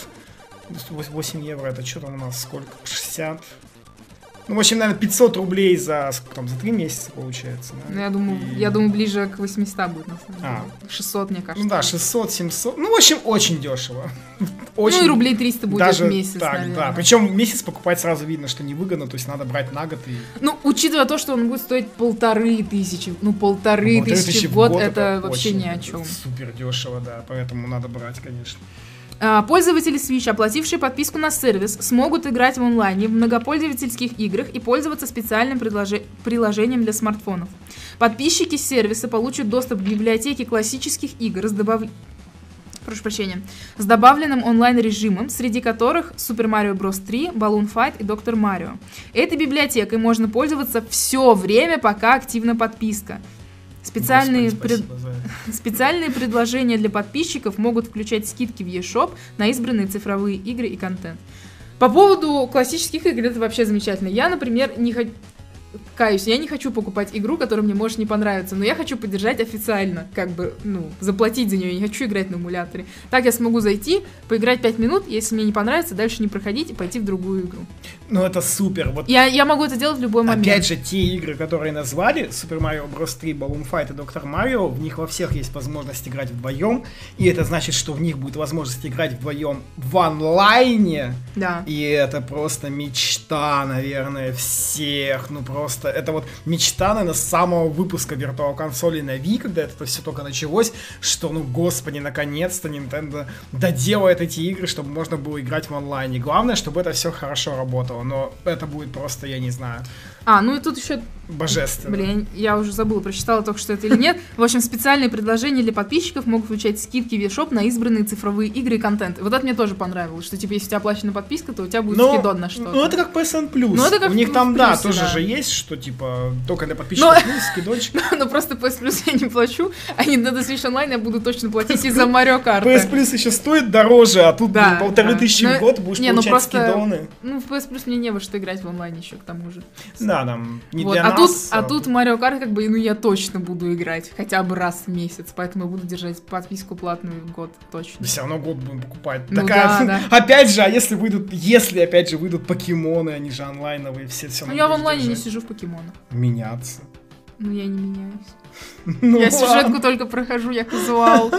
восемь евро, это что там у нас, сколько? шестьдесят... Ну, в общем, наверное, пятьсот рублей за, там, за три месяца получается. Да? Ну, я думаю, и... я думаю, ближе к восьмистам будет, на самом деле. А. шестьсот, мне кажется. Ну да, шестьсот, семьсот. Ну, в общем, очень дешево. Очень... Ну и рублей триста будет даже в месяц, так, наверное. Да. Причем месяц покупать сразу видно, что невыгодно, то есть надо брать на год. И... Ну, учитывая то, что он будет стоить полторы тысячи, ну, полторы, полторы тысячи, тысячи в год, год это, это вообще ни о чем. Супер дешево, да, поэтому надо брать, конечно. Пользователи Switch, оплатившие подписку на сервис, смогут играть в онлайне в многопользовательских играх и пользоваться специальным предложи- приложением для смартфонов. Подписчики сервиса получат доступ к библиотеке классических игр с, добав... Прошу прощения, с добавленным онлайн-режимом, среди которых Super Mario Bros. три, Balloon Fight и Доктор Марио. Этой библиотекой можно пользоваться все время, пока активна подписка. Специальные, Господи, пред... Специальные предложения для подписчиков могут включать скидки в eShop на избранные цифровые игры и контент. По поводу классических игр, это вообще замечательно. Я, например, не хочу... Каюсь, я не хочу покупать игру, которая мне может не понравиться, но я хочу поддержать официально, как бы, ну, заплатить за нее, я не хочу играть на эмуляторе. Так я смогу зайти, поиграть пять минут, если мне не понравится, дальше не проходить и пойти в другую игру. Ну, это супер. Вот я, я могу это делать в любой момент. Опять же, те игры, которые назвали, Super Mario Bros. три, Balloon Fight и Доктор Марио, в них во всех есть возможность играть вдвоем, и это значит, что в них будет возможность играть вдвоем в онлайне. Да. И это просто мечта, наверное, всех, ну, просто Просто это вот мечта, наверное, с самого выпуска Virtual консоли на Wii, когда это все только началось, что, ну, господи, наконец-то Nintendo доделает эти игры, чтобы можно было играть в онлайне. Главное, чтобы это все хорошо работало, но это будет просто, я не знаю... А, ну и тут еще... Божественно. Блин, я уже забыла, прочитала только что это или нет. В общем, специальные предложения для подписчиков могут включать скидки в eShop на избранные цифровые игры и контент. Вот это мне тоже понравилось, что типа если у тебя оплачена подписка, то у тебя будет но, скидон на что-то. Ну это как пи эс эн Plus. Ну, это как у них там, да, тоже да. же есть, что типа только для подписчиков но... плюс скидончик. Но просто пи эс Plus я не плачу, а Nintendo Switch Online я буду точно платить из-за Mario Kart. пи эс Plus еще стоит дороже, а тут да, полторы да. тысячи но... в год будешь не, получать ну просто... скидоны. Ну в пи эс Plus мне не во что играть в онлайне еще к тому же. Да, там не вот. для а нас. Тут, а тут Mario Kart, как бы, ну я точно буду играть хотя бы раз в месяц, поэтому я буду держать подписку платную в год, точно. Все равно год будем покупать. Ну, Такая, да, да. Опять же, а если выйдут, если опять же выйдут покемоны, они же онлайновые, все все. Ну я в онлайне держать. Не сижу в покемонах. Меняться. Ну я не меняюсь. Ну, я ладно. Сюжетку только прохожу, я казуал.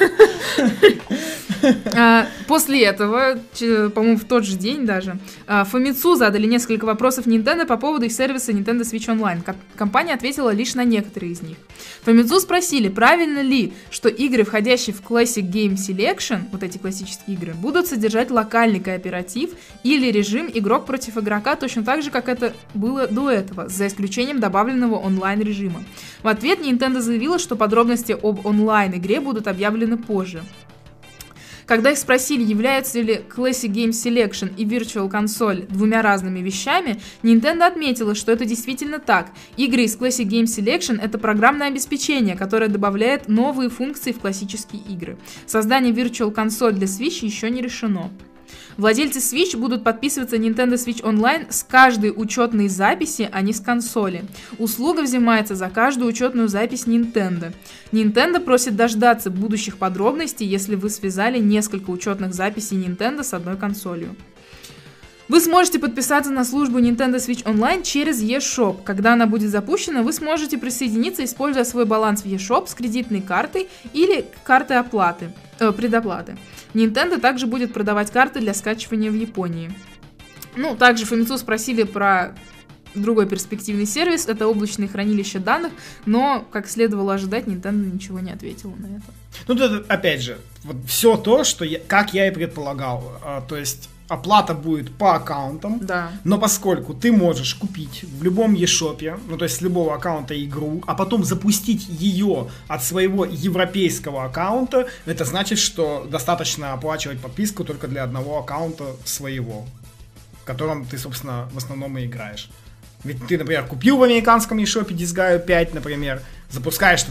После этого, по-моему, в тот же день даже, Famitsu задали несколько вопросов Nintendo по поводу их сервиса Nintendo Switch Online. Компания ответила лишь на некоторые из них. Famitsu спросили, правильно ли, что игры, входящие в Classic Game Selection, вот эти классические игры, будут содержать локальный кооператив или режим игрок против игрока, точно так же, как это было до этого, за исключением добавленного онлайн-режима. В ответ Nintendo заявила, что подробности об онлайн-игре будут объявлены позже. Когда их спросили, являются ли Classic Game Selection и Virtual Console двумя разными вещами, Nintendo отметила, что это действительно так. Игры из Classic Game Selection — это программное обеспечение, которое добавляет новые функции в классические игры. Создание Virtual Console для Switch еще не решено. Владельцы Switch будут подписываться Nintendo Switch Online с каждой учетной записи, а не с консоли. Услуга взимается за каждую учетную запись Nintendo. Nintendo просит дождаться будущих подробностей, если вы связали несколько учетных записей Nintendo с одной консолью. Вы сможете подписаться на службу Nintendo Switch Online через eShop. Когда она будет запущена, вы сможете присоединиться, используя свой баланс в eShop с кредитной картой или картой оплаты, э, предоплаты. Nintendo также будет продавать карты для скачивания в Японии. Ну, также Famitsu спросили про другой перспективный сервис, это облачное хранилище данных, но, как следовало ожидать, Nintendo ничего не ответила на это. Ну, это, опять же, вот все то, что я, как я и предполагал, а, то есть оплата будет по аккаунтам, да. Но поскольку ты можешь купить в любом eShop, ну то есть с любого аккаунта игру, а потом запустить ее от своего европейского аккаунта, это значит, что достаточно оплачивать подписку только для одного аккаунта своего, в котором ты, собственно, в основном и играешь. Ведь ты, например, купил в американском eShop Disgaea пять, например, запускаешь